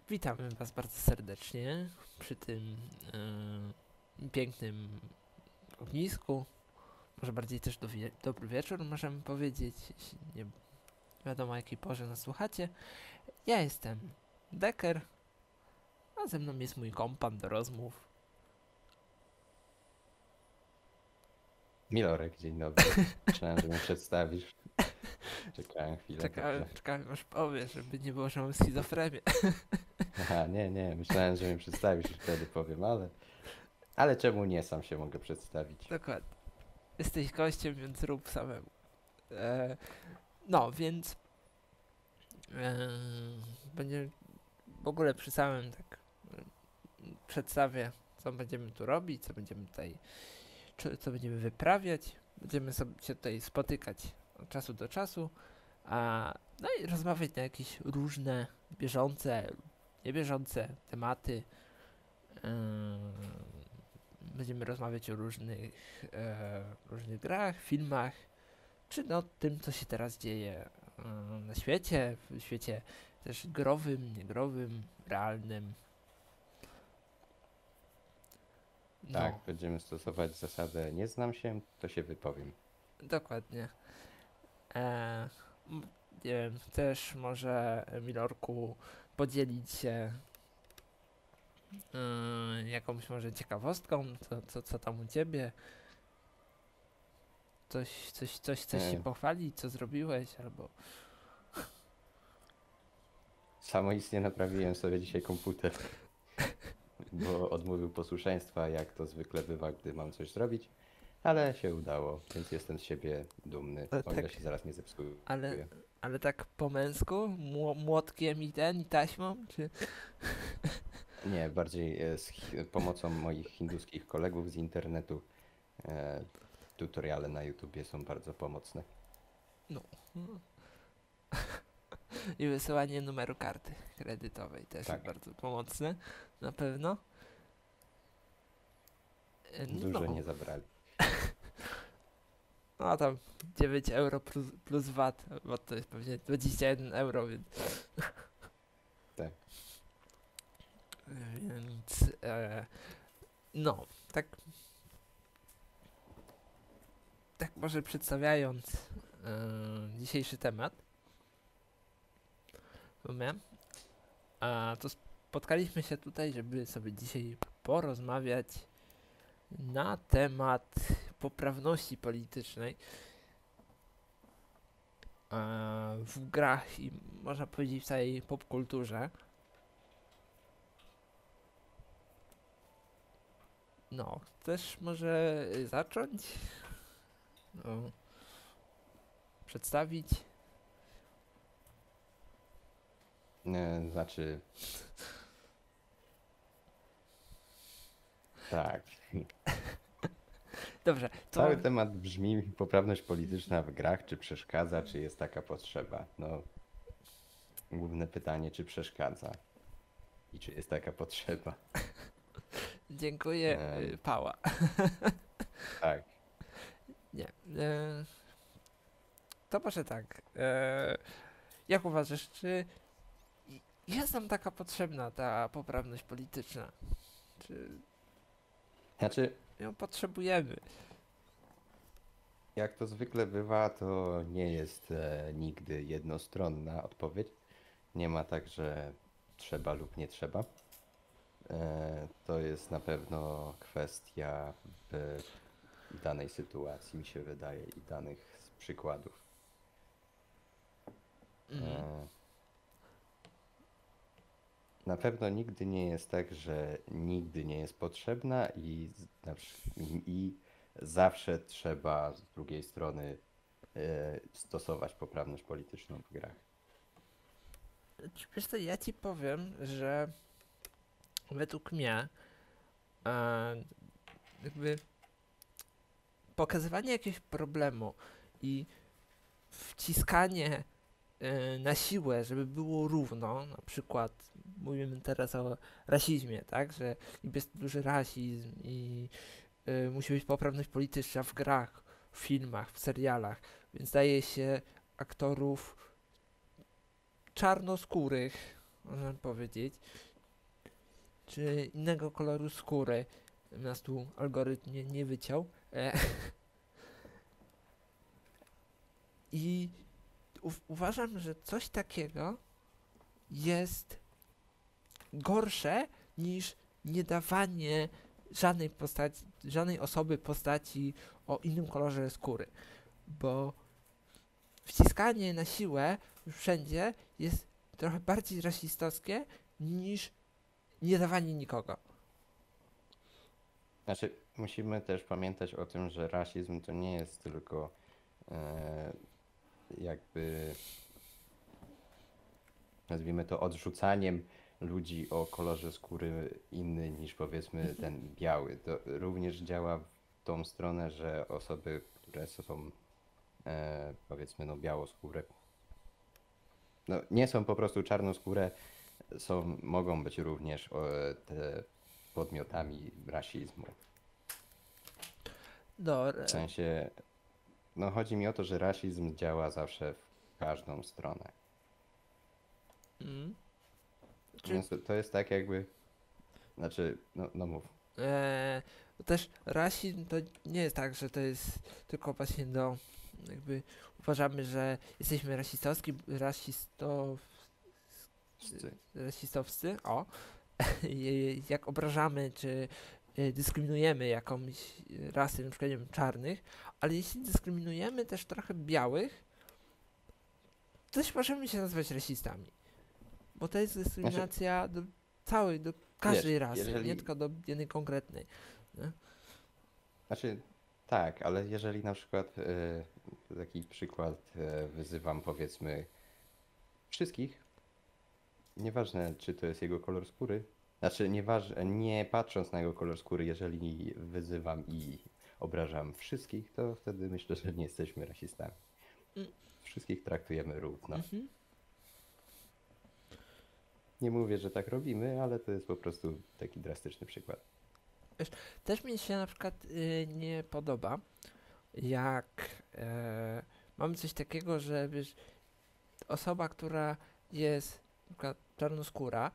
Witamy Was bardzo serdecznie przy tym pięknym ognisku. Może bardziej też dobry wieczór możemy powiedzieć, jeśli nie wiadomo o jakiej porze nas słuchacie. Ja jestem Decker, a ze mną jest mój kompan do rozmów. Milorek, dzień dobry. Myślałem, że mnie przedstawisz. Czekałem chwilę, dobrze. Czekałem aż powiesz, żeby nie było, że mam schizofrenię. Aha, nie, myślałem, że mnie przedstawisz i wtedy powiem, ale czemu nie, sam się mogę przedstawić. Dokładnie. Jesteś gościem, więc rób samemu. No, więc będzie w ogóle przy samym tak przedstawię, co będziemy tu robić, co będziemy tutaj, co będziemy wyprawiać. Będziemy sobie się tutaj spotykać od czasu do czasu, no i rozmawiać na jakieś różne bieżące, niebieżące tematy. Będziemy rozmawiać o różnych grach, filmach, czy no tym, co się teraz dzieje na świecie, w świecie też growym, niegrowym, realnym. Tak, No, będziemy stosować zasadę nie znam się, to się wypowiem. dokładnie. E, nie wiem, chcesz może, Milorku, podzielić się jakąś może ciekawostką, co tam u ciebie? Coś się E, pochwalić, co zrobiłeś, albo... Samoistnie naprawiłem sobie dzisiaj komputer, bo odmówił posłuszeństwa, jak to zwykle bywa, gdy mam coś zrobić, ale się udało, więc jestem z siebie dumny, Ale o ile tak, się zaraz nie zepsuje. ale, ale tak po męsku? Młotkiem i taśmą, czy... Nie, bardziej z pomocą moich hinduskich kolegów z internetu. E, Tutoriale na YouTubie są bardzo pomocne. No. I wysyłanie numeru karty kredytowej też jest Tak, bardzo pomocne, na pewno. dużo No, nie zabrali. no tam 9 euro plus VAT, bo to jest pewnie 21 euro, więc... Tak. Więc... no, tak może przedstawiając dzisiejszy temat, w sumie, to spotkaliśmy się tutaj, żeby sobie dzisiaj porozmawiać na temat poprawności politycznej w grach i można powiedzieć w całej popkulturze. No, chcesz może zacząć? No, przedstawić? Znaczy, tak. Dobrze, to Cały temat brzmi poprawność polityczna w grach, czy przeszkadza, czy jest taka potrzeba? No, główne pytanie, czy przeszkadza i czy jest taka potrzeba? dziękuję, E, Pała. tak. Nie. To może tak. Jak uważasz, czy jest nam taka potrzebna ta poprawność polityczna? Czy Znaczy, ją potrzebujemy? jak to zwykle bywa, to nie jest nigdy jednostronna odpowiedź. Nie ma tak, że trzeba lub nie trzeba. To jest na pewno kwestia w danej sytuacji, mi się wydaje, i danych przykładów. Mhm. E, Na pewno nigdy nie jest tak, że nigdy nie jest potrzebna i zawsze trzeba z drugiej strony stosować poprawność polityczną w grach. Wiesz co, ja ci powiem, że według mnie jakby pokazywanie jakiegoś problemu i wciskanie na siłę, żeby było równo, na przykład mówimy teraz o rasizmie, tak, że jest duży rasizm i musi być poprawność polityczna w grach, w filmach, w serialach, więc daje się aktorów czarnoskórych można powiedzieć, czy innego koloru skóry. Nas tu algorytm nie wyciął. I uważam, że coś takiego jest gorsze niż niedawanie żadnej osoby postaci o innym kolorze skóry. Bo wciskanie na siłę wszędzie jest trochę bardziej rasistowskie niż nie dawanie nikogo. Znaczy, musimy też pamiętać o tym, że rasizm to nie jest tylko e, jakby, nazwijmy to, odrzucaniem ludzi o kolorze skóry inny niż powiedzmy ten biały. To również działa w tą stronę, że osoby, które są powiedzmy no białoskóre, no nie są po prostu czarnoskóre, mogą być również te podmiotami rasizmu. W sensie, no chodzi mi o to, że rasizm działa zawsze w każdą stronę. Więc to jest tak jakby, znaczy, no mów. Bo też rasizm to nie jest tak, że to jest tylko właśnie jakby uważamy, że jesteśmy rasistowscy, o, jak obrażamy czy dyskryminujemy jakąś rasę, na przykład nie wiem, czarnych, ale jeśli dyskryminujemy też trochę białych, to też możemy się nazywać rasistami. Bo to jest dyskryminacja do każdej rasy, nie tylko do jednej konkretnej. Nie? Znaczy, tak, ale jeżeli na przykład taki przykład wyzywam powiedzmy wszystkich, nieważne czy to jest jego kolor skóry, znaczy nie patrząc na jego kolor skóry, jeżeli wyzywam i obrażam wszystkich, to wtedy myślę, że nie jesteśmy rasistami. Wszystkich traktujemy równo. Nie mówię, że tak robimy, ale to jest po prostu taki drastyczny przykład. Wiesz, też mi się na przykład nie podoba, jak mamy coś takiego, że wiesz, osoba, która jest na przykład czarnoskóra,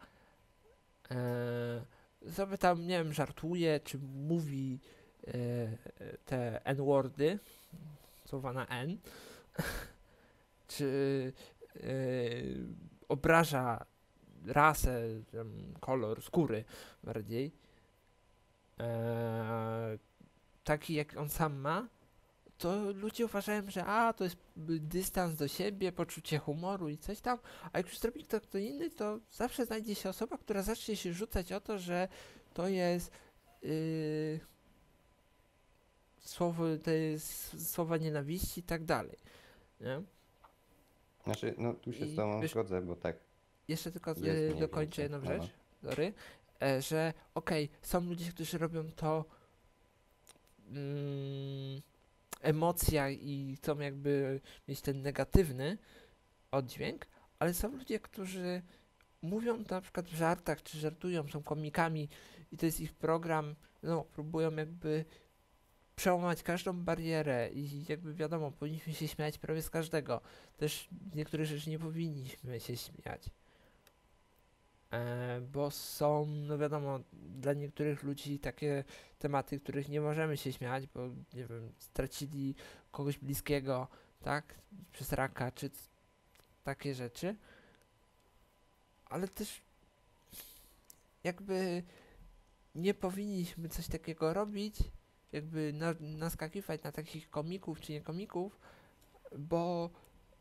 sobie tam, nie wiem, żartuje, czy mówi te N-wordy, słowa na N, czy obraża rasę, kolor skóry bardziej, taki jak on sam ma, to ludzie uważają, że to jest dystans do siebie, poczucie humoru i coś tam, a jak już zrobi kto inny, to zawsze znajdzie się osoba, która zacznie się rzucać o to, że to jest słowa nienawiści i tak dalej. Nie? Znaczy, no tu się z tobą zgodzę, bo tak. Jeszcze tylko jest dokończę jedną rzecz, sorry, że są ludzie, którzy robią to emocja i chcą jakby mieć ten negatywny oddźwięk, ale są ludzie, którzy mówią to na przykład w żartach, czy żartują, są komikami i to jest ich program, no próbują jakby przełamać każdą barierę i jakby wiadomo, powinniśmy się śmiać prawie z każdego. Też niektórych rzeczy nie powinniśmy się śmiać. Bo są, no wiadomo, dla niektórych ludzi takie tematy, których nie możemy się śmiać, bo nie wiem, stracili kogoś bliskiego, tak, przez raka, czy takie rzeczy. Ale też jakby nie powinniśmy coś takiego robić, jakby naskakiwać na takich komików czy nie komików, bo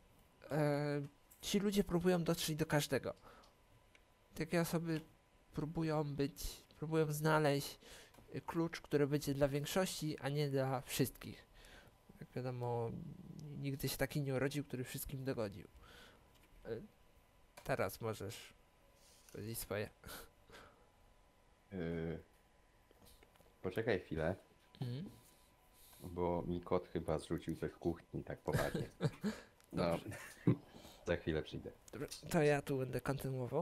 ci ludzie próbują dotrzeć do każdego. Takie osoby próbują znaleźć klucz, który będzie dla większości, a nie dla wszystkich. Jak wiadomo, nigdy się taki nie urodził, który wszystkim dogodził. Teraz możesz powiedzieć swoje. Poczekaj chwilę, bo mi kot chyba zrzucił coś w kuchni tak poważnie. No, za chwilę przyjdę. Dobra, to ja tu będę kontynuował.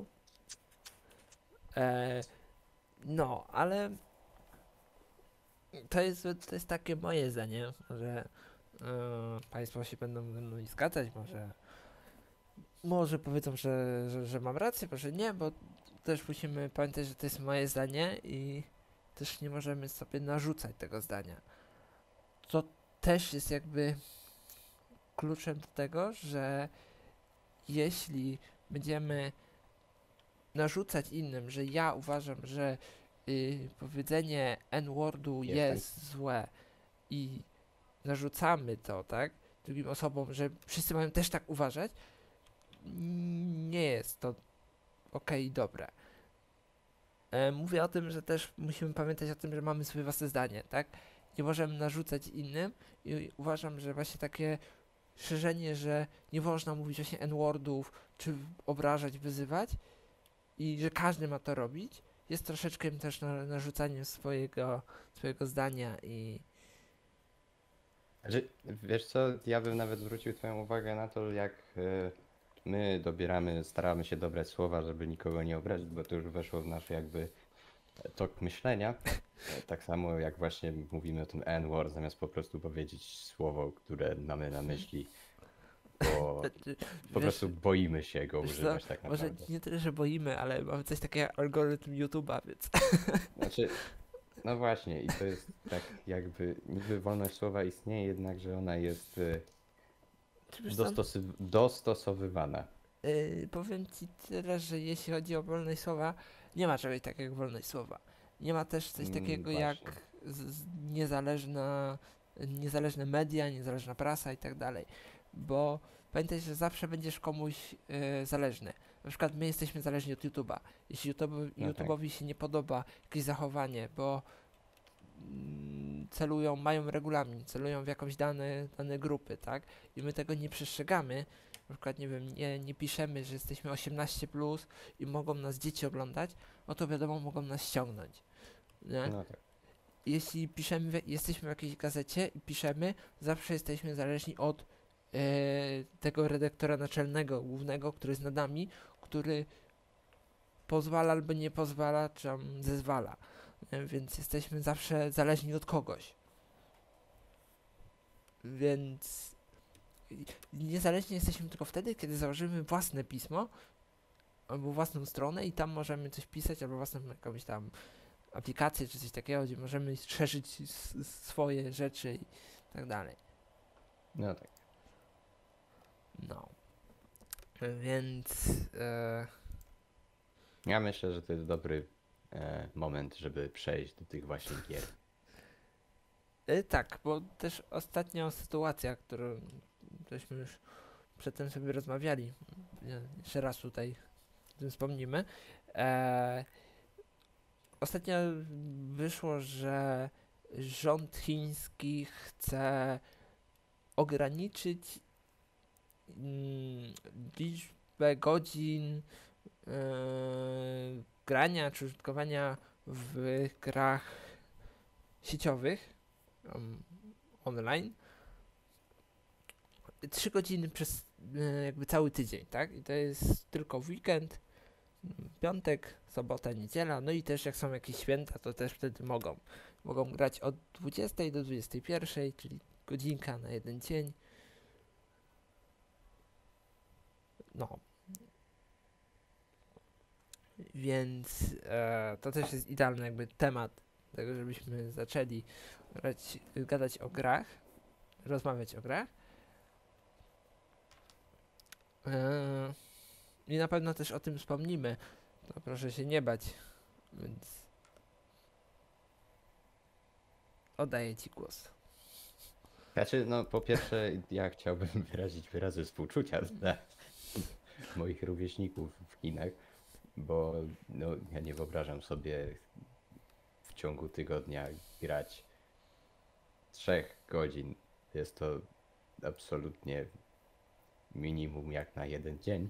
No, ale to jest takie moje zdanie, że Państwo się będą ze mną zgadzać, może może powiedzą, że mam rację, może nie, bo też musimy pamiętać, że to jest moje zdanie i też nie możemy sobie narzucać tego zdania. To też jest jakby kluczem do tego, że jeśli będziemy narzucać innym, że ja uważam, że powiedzenie N-wordu Jestem. jest złe i narzucamy to, tak, drugim osobom, że wszyscy mają też tak uważać, nie jest to okej i dobre. Mówię o tym, że też musimy pamiętać o tym, że mamy swoje własne zdanie, tak? Nie możemy narzucać innym i uważam, że właśnie takie szerzenie, że nie można mówić właśnie N-wordów, czy obrażać, wyzywać i że każdy ma to robić, jest troszeczkę też narzucaniem swojego zdania i Znaczy, wiesz co, ja bym nawet zwrócił twoją uwagę na to, jak my dobieramy, staramy się dobrać słowa, żeby nikogo nie obrazić, bo to już weszło w nasz jakby tok myślenia. Tak samo jak właśnie mówimy o tym N-word, zamiast po prostu powiedzieć słowo, które mamy na myśli, bo znaczy, po wiesz, prostu boimy się go wiesz co, używać tak może naprawdę. nie tyle, że boimy, ale mamy coś takiego jak algorytm YouTube'a, więc Znaczy, no właśnie, i to jest tak jakby niby wolność słowa istnieje, jednakże ona jest czy wiesz co, dostosowywana. powiem ci tyle, że jeśli chodzi o wolność słowa, nie ma czegoś takiego jak wolność słowa. Nie ma też coś takiego jak Właśnie. niezależne media, niezależna prasa i tak dalej. Bo pamiętaj, że zawsze będziesz komuś zależny. Na przykład my jesteśmy zależni od YouTube'a. Jeśli No tak. YouTube'owi się nie podoba jakieś zachowanie, bo celują, mają regulamin, celują w jakąś dane grupy, tak? I my tego nie przestrzegamy, na przykład, nie wiem, nie piszemy, że jesteśmy 18+, plus i mogą nas dzieci oglądać, no to wiadomo, mogą nas ściągnąć, nie? No tak. Jeśli piszemy, jesteśmy w jakiejś gazecie i piszemy, zawsze jesteśmy zależni od tego redaktora naczelnego, głównego, który jest nad nami, który pozwala albo nie pozwala, czy tam zezwala. Więc jesteśmy zawsze zależni od kogoś. Więc niezależnie jesteśmy tylko wtedy, kiedy założymy własne pismo albo własną stronę i tam możemy coś pisać, albo własną jakąś tam aplikację czy coś takiego, gdzie możemy szerzyć swoje rzeczy i tak dalej. No tak. No. Więc Ja myślę, że to jest dobry moment, żeby przejść do tych właśnie gier. tak, bo też ostatnia sytuacja, którą żeśmy już przedtem sobie rozmawiali, jeszcze raz tutaj o tym wspomnimy. Ostatnio wyszło, że rząd chiński chce ograniczyć liczbę godzin grania czy użytkowania w grach sieciowych online 3 godziny przez jakby cały tydzień, tak? I to jest tylko w weekend, piątek, sobota, niedziela, no i też jak są jakieś święta, to też wtedy mogą grać od 20 do 21, czyli godzinka na jeden dzień. No, więc to też jest idealny jakby temat tego, żebyśmy zaczęli gadać o grach, rozmawiać o grach. I na pewno też o tym wspomnimy. To proszę się nie bać, więc oddaję ci głos. Znaczy, no po pierwsze, ja chciałbym wyrazić wyrazy współczucia dla moich rówieśników w Chinach, bo no, ja nie wyobrażam sobie w ciągu tygodnia grać 3 godzin. Jest to absolutnie minimum jak na jeden dzień.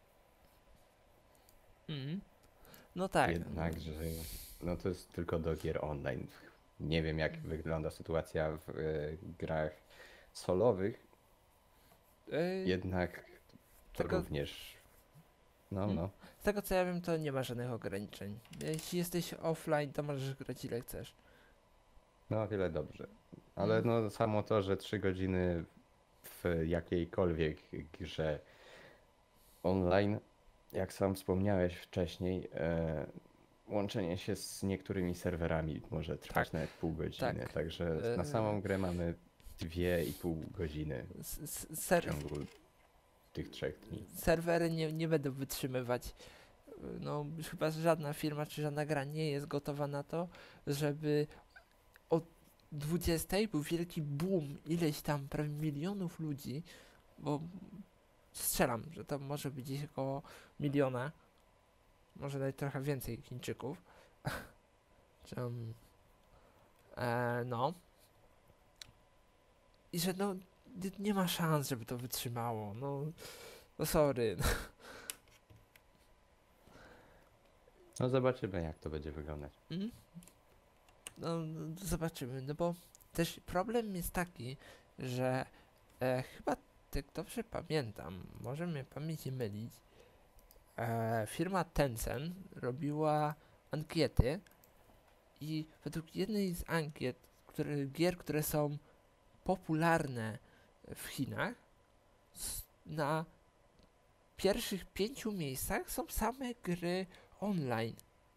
Mm. No tak. Jednakże, no to jest tylko do gier online. Nie wiem, jak wygląda sytuacja w grach solowych, jednak to tego, również, no, mm, no, z tego co ja wiem, to nie ma żadnych ograniczeń. Jeśli jesteś offline, to możesz grać ile chcesz. no o wiele dobrze. Ale Mm. no samo to, że 3 godziny w jakiejkolwiek grze online, jak sam wspomniałeś wcześniej, łączenie się z niektórymi serwerami może trwać Tak, nawet pół godziny, tak. także na E, samą grę mamy 2,5 godziny s- s- w ser, ciągu tych 3 dni. serwery nie będą wytrzymywać. No, chyba żadna firma czy żadna gra nie jest gotowa na to, żeby o 20 był wielki boom, ileś tam prawie milionów ludzi, bo strzelam, że to może być gdzieś około miliona, może nawet trochę więcej Chińczyków. Czy, no. I że no nie ma szans, żeby to wytrzymało. No sorry. No zobaczymy, jak to będzie wyglądać. Mm? No, zobaczymy, no bo też problem jest taki, że chyba tak dobrze pamiętam, może mnie pamięć nie mylić, firma Tencent robiła ankiety i według jednej z ankiet, gier, które są popularne w Chinach, na pierwszych 5 miejscach są same gry online.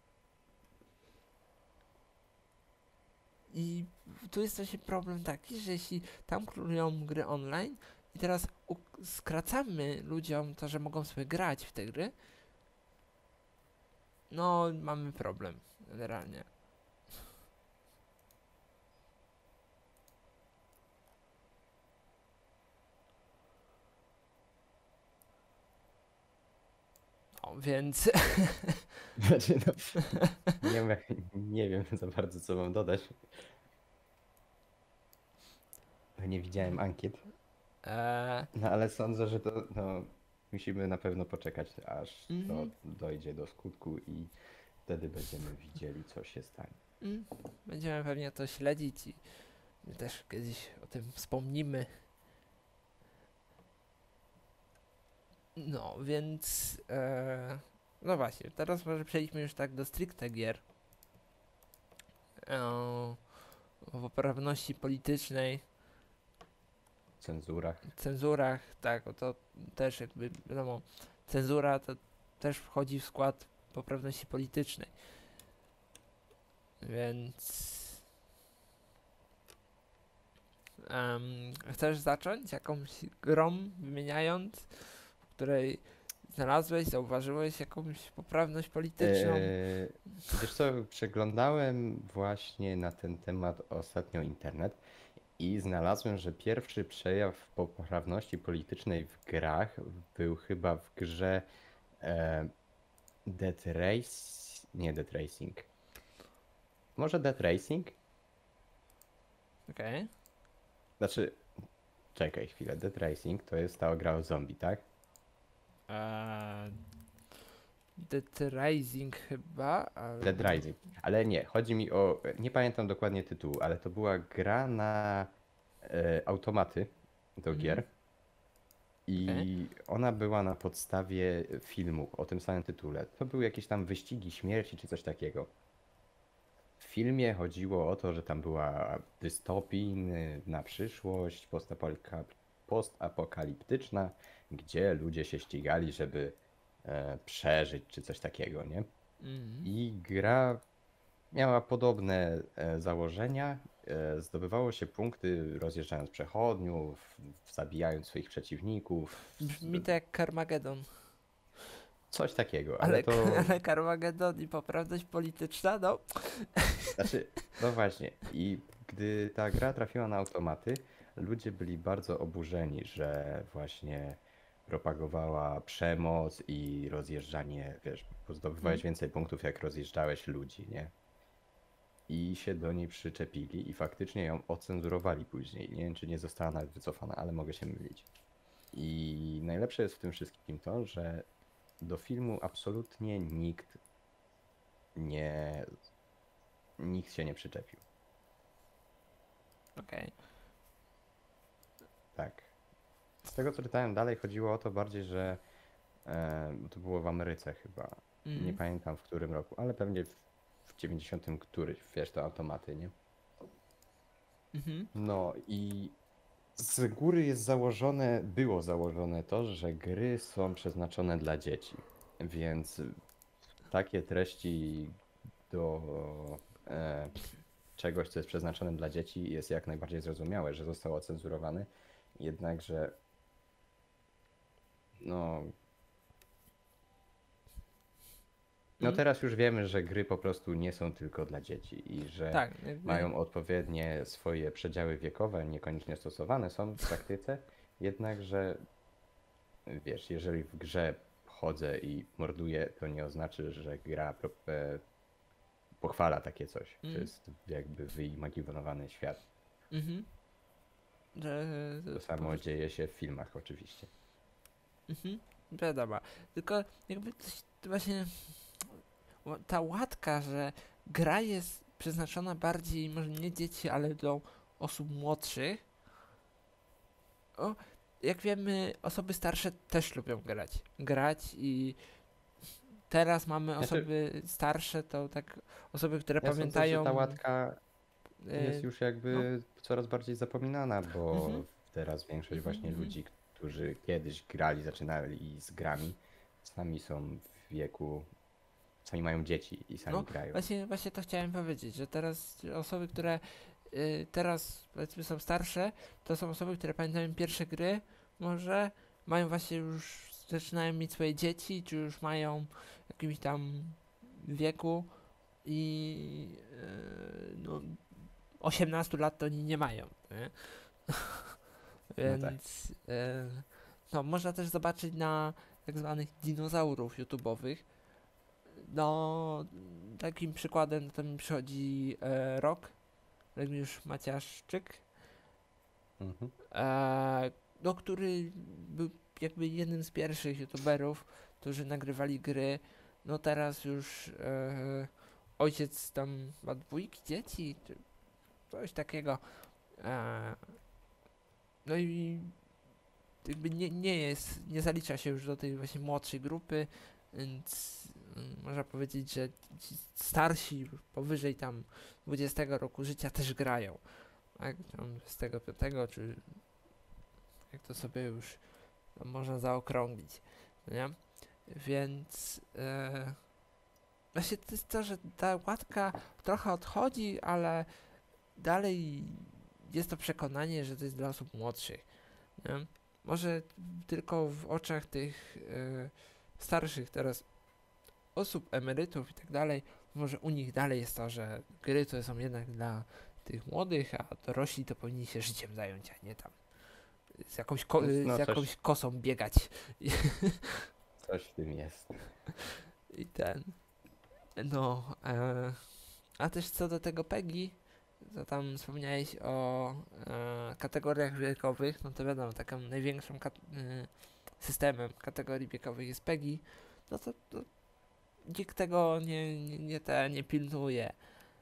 I tu jest właśnie problem taki, że jeśli tam królują gry online i teraz skracamy ludziom to, że mogą sobie grać w te gry, no mamy problem generalnie. No, więc Znaczy, no, nie wiem, nie wiem za bardzo, co mam dodać. Nie widziałem ankiet, no ale sądzę, że to no, musimy na pewno poczekać, aż to mhm, dojdzie do skutku i wtedy będziemy widzieli, co się stanie. będziemy pewnie to śledzić i też kiedyś o tym wspomnimy. No, więc no właśnie, teraz może przejdźmy już tak do stricte gier. O poprawności politycznej, Cenzurach. cenzurach, tak, o to też jakby wiadomo, cenzura to też wchodzi w skład poprawności politycznej. Więc chcesz zacząć jakąś grą wymieniając, w której znalazłeś, zauważyłeś jakąś poprawność polityczną? Wiesz co, przeglądałem właśnie na ten temat ostatnio internet i znalazłem, że pierwszy przejaw poprawności politycznej w grach był chyba w grze e, Dead Race... Nie Dead Racing. Może Dead Racing? Okej. Znaczy, czekaj chwilę, Dead Racing to jest ta gra o zombie, tak? Eee, Dead Rising chyba, Dead albo... Rising. Ale nie, chodzi mi o... Nie pamiętam dokładnie tytułu, ale to była gra na automaty do Mhm, gier. okej. I ona była na podstawie filmu o tym samym tytule. To były jakieś tam wyścigi śmierci czy coś takiego. W filmie chodziło o to, że tam była dystopijna na przyszłość, postapokaliptyczna, gdzie ludzie się ścigali, żeby przeżyć czy coś takiego, nie? Mhm. I gra miała podobne założenia. Zdobywało się punkty rozjeżdżając przechodniów, zabijając swoich przeciwników. Brzmi to jak Carmageddon. Coś takiego, ale Ale, to ale Carmageddon i poprawność polityczna, no. znaczy, no właśnie. I gdy ta gra trafiła na automaty, ludzie byli bardzo oburzeni, że właśnie propagowała przemoc i rozjeżdżanie, wiesz, bo Mm. zdobywałeś więcej punktów, jak rozjeżdżałeś ludzi, nie? I się do niej przyczepili i faktycznie ją ocenzurowali później. Nie wiem, czy nie została nawet wycofana, ale mogę się mylić. I najlepsze jest w tym wszystkim to, że do filmu absolutnie nie, nikt się nie przyczepił. Okej. Tak. Z tego co czytałem dalej, chodziło o to bardziej, że to było w Ameryce chyba. Nie Mm. pamiętam w którym roku, ale pewnie w 90 któryś, wiesz, te automaty, nie? Mhm. No i z góry było założone to, że gry są przeznaczone dla dzieci, więc takie treści do e, czegoś, co jest przeznaczone dla dzieci, jest jak najbardziej zrozumiałe, że zostało ocenzurowane. Jednakże, no, no Mm? teraz już wiemy, że gry po prostu nie są tylko dla dzieci i że Tak, jakby. mają odpowiednie swoje przedziały wiekowe, niekoniecznie stosowane są w praktyce. Jednakże, wiesz, jeżeli w grze chodzę i morduję, to nie oznacza, że gra pochwala takie coś. To Mm? jest jakby wyimaginowany świat. Mhm. Że To po samo prostu. dzieje się w filmach oczywiście. Mhm. Wiadomo. Tylko jakby coś właśnie. Ta łatka, że gra jest przeznaczona bardziej może nie dzieci, ale do osób młodszych. O, jak wiemy, osoby starsze też lubią grać i teraz mamy Znaczy, osoby starsze, to tak osoby, które ja sądzę, że ta pamiętają. łatka jest już No. jakby coraz bardziej zapominana, bo Mhm, teraz większość mhm, właśnie mhm. ludzi, którzy kiedyś grali, zaczynali z grami, sami są w wieku, sami mają dzieci i No, sami grają. właśnie to chciałem powiedzieć, że teraz osoby, które teraz powiedzmy są starsze, to są osoby, które pamiętają pierwsze gry, może mają właśnie już, zaczynają mieć swoje dzieci, czy już mają w jakimś tam wieku i no 18 lat to oni nie mają, nie? No tak. Więc no, można też zobaczyć na tak zwanych dinozaurów YouTube'owych. No, takim przykładem to mi przychodzi Remigiusz Maciaszczyk, Mhm. no, który był jakby jednym z pierwszych youtuberów, którzy nagrywali gry. No teraz już ojciec tam ma dwójki dzieci, czy coś takiego. E, no i jakby nie zalicza się już do tej właśnie młodszej grupy, więc można powiedzieć, że ci starsi powyżej tam 20 roku życia też grają. Tak? Tam 25, czy jak to sobie już tam można zaokrąglić, no nie? Więc właśnie to jest to, że ta łatka trochę odchodzi, ale dalej jest to przekonanie, że to jest dla osób młodszych. Nie? Może tylko w oczach tych starszych teraz osób, emerytów i tak dalej, może u nich dalej jest to, że gry to są jednak dla tych młodych, a dorośli to powinni się życiem zająć, a nie tam z No jakąś kosą biegać coś w tym jest. i ten. No, a też co do tego PEGI, to tam wspomniałeś o kategoriach wiekowych, no to wiadomo, taką największą systemem kategorii wiekowych jest PEGI, no to nikt tego nie pilnuje.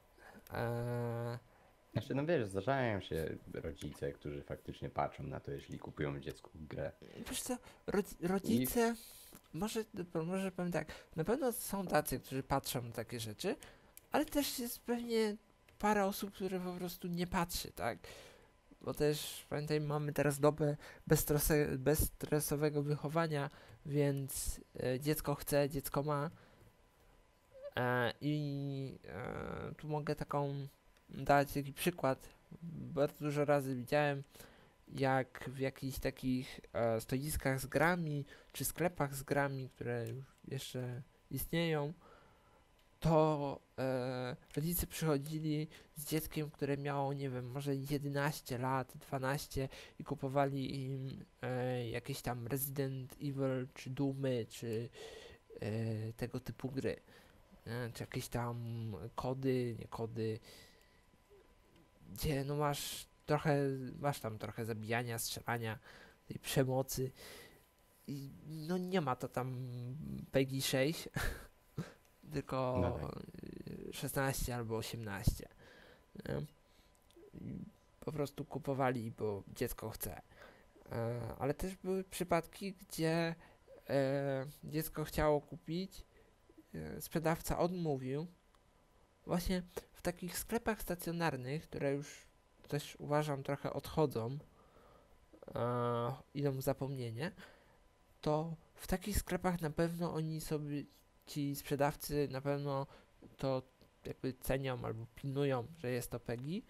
Eee, Znaczy, no wiesz, zdarzają się rodzice, którzy faktycznie patrzą na to, jeśli kupują dziecku grę. Wiesz co, I rodzice, może powiem tak, na pewno są tacy, którzy patrzą na takie rzeczy, ale też jest pewnie parę osób, które po prostu nie patrzy, tak? Bo też, pamiętaj, mamy teraz dobę bezstresowego wychowania, więc dziecko chce, dziecko ma. Tu mogę taką dać taki przykład. Bardzo dużo razy widziałem, jak w jakichś takich stoiskach z grami, czy sklepach z grami, które już jeszcze istnieją, to rodzice przychodzili z dzieckiem, które miało, nie wiem, może 11 lat, 12 i kupowali im jakieś tam Resident Evil, czy Doomy, czy tego typu gry. Czy jakieś tam kody, nie kody, gdzie no masz tam trochę zabijania, strzelania, tej przemocy i no nie ma to tam PEGI 6, no tylko tak. 16 albo 18. Nie? I po prostu kupowali, bo dziecko chce. Ale też były przypadki, gdzie dziecko chciało kupić, sprzedawca odmówił. Właśnie w takich sklepach stacjonarnych, które już też uważam trochę odchodzą, idą w zapomnienie, to w takich sklepach na pewno oni sobie, ci sprzedawcy na pewno to jakby cenią albo pilnują, że jest to PEGI,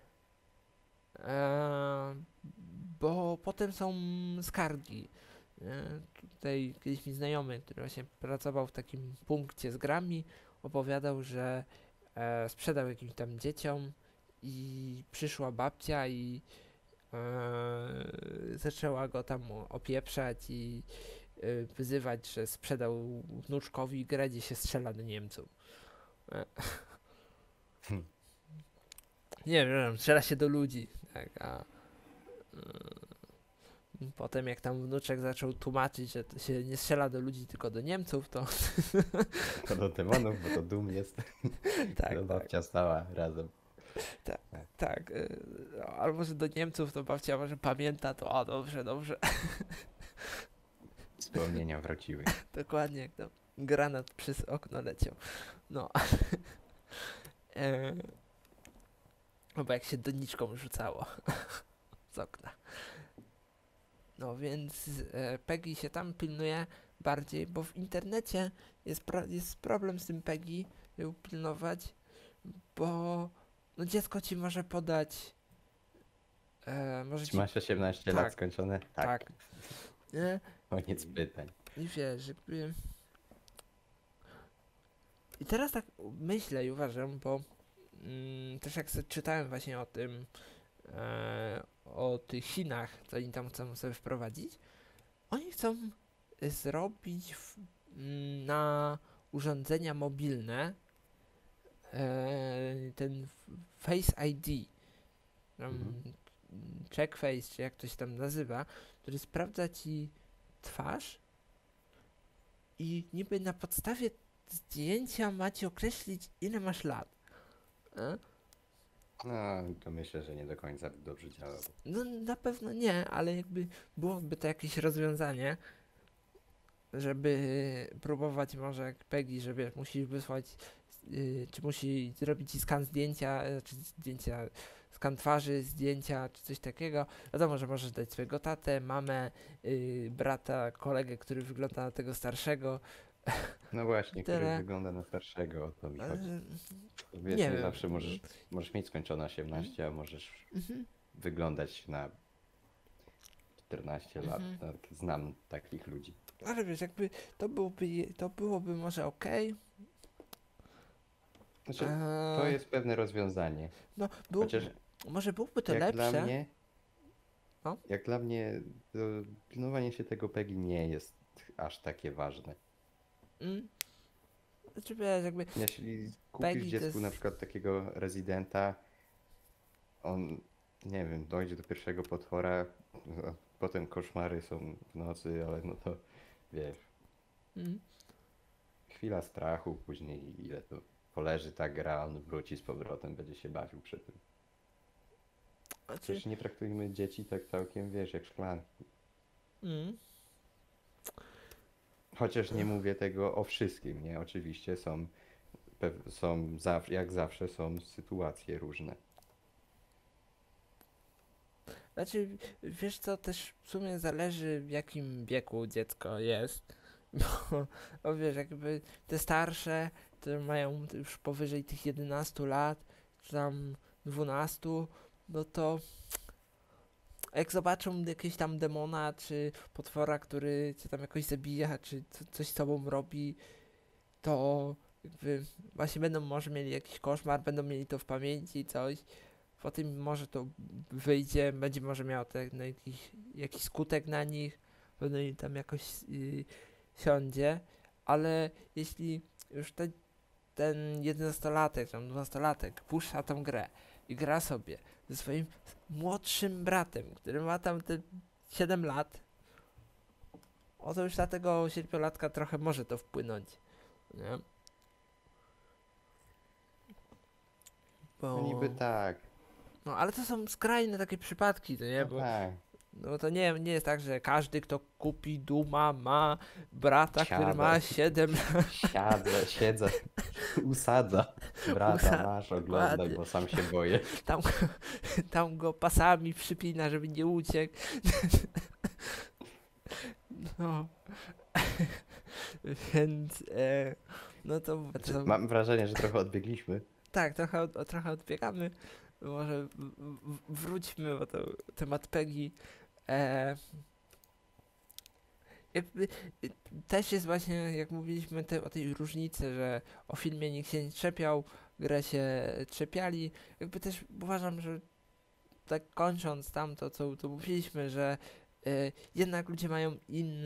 bo potem są skargi. Tutaj kiedyś mi znajomy, który właśnie pracował w takim punkcie z grami, opowiadał, że sprzedał jakimś tam dzieciom i przyszła babcia i zaczęła go tam opieprzać i wyzywać, że sprzedał wnuczkowi grę, gdzie się strzela do Niemców. E, Nie wiem, strzela się do ludzi, tak, a potem jak tam wnuczek zaczął tłumaczyć, że to się nie strzela do ludzi, tylko do Niemców, to To do demonów, bo to Doom jest. tak, To tak, babcia stała razem. tak. Albo że do Niemców to babcia może pamięta, to o, dobrze, dobrze. Wspomnienia wróciły. Dokładnie jak tam granat przez okno leciał. No. Bo jak się doniczką rzucało z okna. No więc PEGI się tam pilnuje bardziej, bo w internecie jest problem z tym PEGI, żeby pilnować, bo no dziecko ci może podać, może Czy ci, masz 18 tak, lat skończone? tak, nie? Koniec pytań. I wiesz, jakby... I teraz tak myślę i uważam, bo też jak czytałem właśnie o tym, o tych Chinach, co oni tam chcą sobie wprowadzić, oni chcą zrobić na urządzenia mobilne ten Face ID, Mhm. check face, czy jak to się tam nazywa, który sprawdza ci twarz i niby na podstawie zdjęcia ma ci określić, ile masz lat. E? No, to myślę, że nie do końca dobrze działa. No na pewno nie, ale jakby byłoby to jakieś rozwiązanie, żeby próbować może jak PEGI, żeby musisz wysłać, czy musi zrobić ci skan zdjęcia, czy zdjęcia, skan twarzy, zdjęcia, czy coś takiego. Wiadomo, że możesz dać swojego tatę, mamę, brata, kolegę, który wygląda na tego starszego. No właśnie, który Tyle. wygląda na starszego, o to mi Ale, chodzi. Wiesz, nie nie wiem. zawsze możesz mieć skończone 18, a możesz Mhm, wyglądać na 14 lat. mhm. Tak, znam takich ludzi. Ale wiesz, jakby to byłoby może okej. Znaczy, to jest pewne rozwiązanie. No, Chociaż może byłoby to jak dla lepsze. mnie, No. jak dla mnie, to pilnowanie się tego PEGI nie jest aż takie ważne. Mm. Znaczy wiesz, jakby Jeśli kupisz PEGI to dziecku jest... na przykład takiego rezydenta, on, nie wiem, dojdzie do pierwszego potwora, potem koszmary są w nocy, ale no to wiesz, Mm. chwila strachu, później ile to poleży ta gra, on wróci z powrotem, będzie się bawił przy tym. Znaczy, Przecież nie traktujmy dzieci tak całkiem, wiesz, jak szklanki. mm. Chociaż nie mówię tego o wszystkim, nie? Oczywiście jak zawsze są sytuacje różne. Znaczy, wiesz co, też w sumie zależy w jakim wieku dziecko jest, bo wiesz, jakby te starsze, które mają już powyżej tych 11 lat, czy tam 12, no to jak zobaczą jakiegoś tam demona, czy potwora, który cię tam jakoś zabija, czy coś z tobą robi, to jakby właśnie będą może mieli jakiś koszmar, będą mieli to w pamięci, coś. Potem może to wyjdzie, będzie może miało jakiś skutek na nich, pewno im tam jakoś siądzie, ale jeśli już ten 11-latek, tam 12-latek puszcza tą grę i gra sobie ze swoim młodszym bratem, który ma tam te 7 lat, to już na tego 7-latka trochę może to wpłynąć, nie? No niby tak, No ale to są skrajne takie przypadki, to nie? no Bo tak. no to nie jest tak, że każdy, kto kupi Duma, ma brata, który Siada. ma 7 lat. Siedzę. Usadza. Brata, masz, oglądaj, dokładnie. bo sam się boję. Tam, tam go pasami przypina, żeby nie uciekł. No, więc no to, Znaczy, mam wrażenie, że trochę odbiegliśmy. tak, trochę odbiegamy. Może wróćmy, bo to temat Peggy. E, jakby też jest właśnie, jak mówiliśmy o tej różnicy, że o filmie nikt się nie czepiał, grę się czepiali. Jakby też uważam, że tak kończąc tamto, co mówiliśmy, że jednak ludzie mają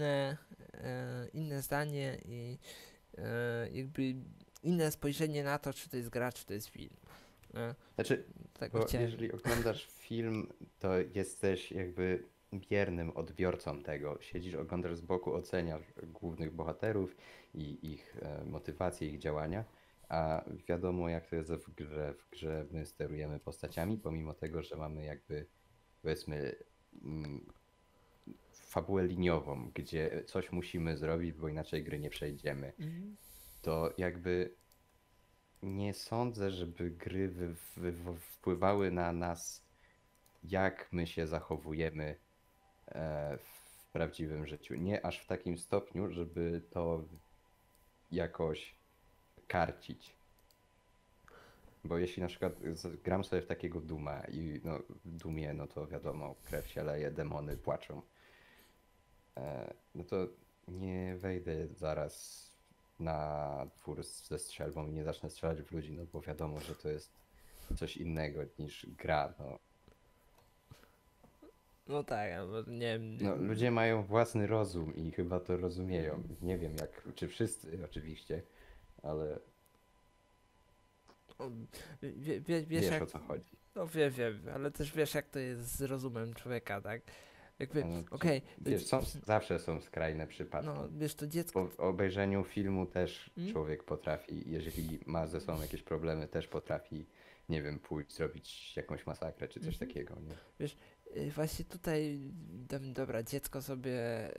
inne zdanie i jakby inne spojrzenie na to, czy to jest gra, czy to jest film. E, Znaczy, Tego bo chciałem. jeżeli oglądasz film, to jesteś jakby biernym odbiorcą tego. Siedzisz, oglądasz z boku, oceniasz głównych bohaterów i ich motywacje, ich działania, a wiadomo jak to jest w grze. W grze my sterujemy postaciami, pomimo tego, że mamy jakby powiedzmy mm, fabułę liniową, gdzie coś musimy zrobić, bo inaczej gry nie przejdziemy. Mhm. To jakby nie sądzę, żeby gry wpływały na nas, jak my się zachowujemy w prawdziwym życiu. Nie aż w takim stopniu, żeby to jakoś karcić. Bo jeśli na przykład gram sobie w takiego Duma i no, w Dumie, no to wiadomo, krew się leje, demony płaczą, no to nie wejdę zaraz na dwór ze strzelbą i nie zacznę strzelać w ludzi, no bo wiadomo, że to jest coś innego niż gra. No, No tak, bo nie wiem. no, ludzie mają własny rozum i chyba to rozumieją. Nie wiem jak, czy wszyscy oczywiście, ale o, wiesz wiesz jak. o co chodzi. No wiem, ale też wiesz jak to jest z rozumem człowieka, tak? Jakby, No, okej, wiesz, zawsze są skrajne przypadki. no wiesz, to dziecko. Po obejrzeniu filmu też Mm? człowiek potrafi, jeżeli ma ze sobą jakieś problemy, też potrafi, nie wiem, pójść, zrobić jakąś masakrę czy coś Mhm. takiego, nie? Właśnie tutaj, dobra, dziecko sobie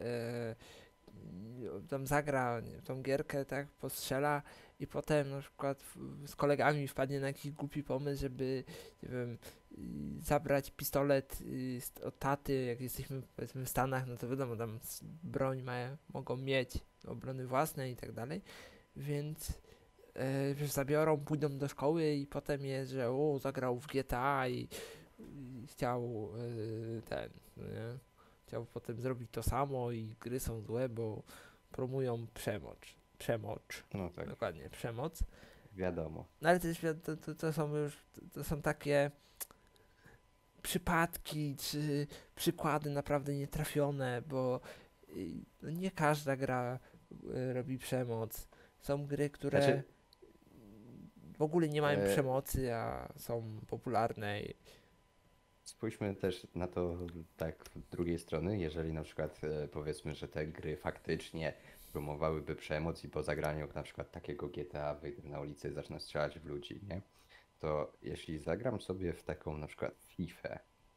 tam zagra nie wiem, tą gierkę, tak, postrzela i potem na przykład z kolegami wpadnie na jakiś głupi pomysł, żeby, nie wiem, zabrać pistolet od taty, jak jesteśmy powiedzmy w Stanach, no to wiadomo, tam broń mogą mieć obrony własnej i tak dalej, więc wiesz, zabiorą, pójdą do szkoły i potem jest, że zagrał w GTA i chciał no nie? Chciał potem zrobić to samo i gry są złe, bo promują przemoc. Przemoc. No tak, Dokładnie, przemoc. wiadomo. No ale też to są już, to są takie przypadki czy przykłady naprawdę nietrafione, bo no nie każda gra robi przemoc. Są gry, które Znaczy, w ogóle nie mają e, przemocy, a są popularne. spójrzmy też na to tak z drugiej strony, jeżeli na przykład powiedzmy, że te gry faktycznie promowałyby przemoc i po zagraniu na przykład takiego GTA wyjdę na ulicę i zacznę strzelać w ludzi, nie? To jeśli zagram sobie w taką na przykład FIFA,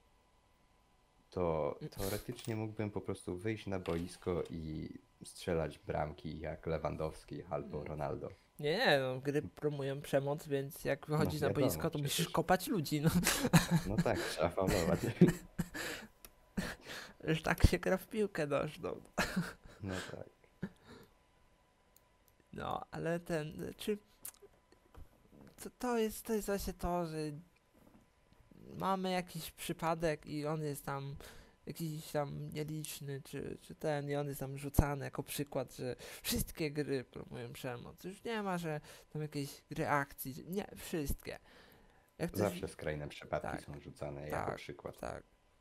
to teoretycznie mógłbym po prostu wyjść na boisko i strzelać bramki jak Lewandowski albo Ronaldo. Nie, no, gry promują przemoc, więc jak No wychodzisz na wiadomo, boisko, to musisz przecież. kopać ludzi, no. No tak, trzeba faulować. Już tak się gra w piłkę nożną. No tak. No, ale czy to jest właśnie to, że mamy jakiś przypadek i on jest tam jakiś tam nieliczny, czy i on jest tam rzucany jako przykład, że wszystkie gry promują przemoc. Już nie ma, że tam jakieś gry akcji, nie, wszystkie. Jak coś, Zawsze skrajne przypadki tak, są rzucane jako tak, przykład. tak.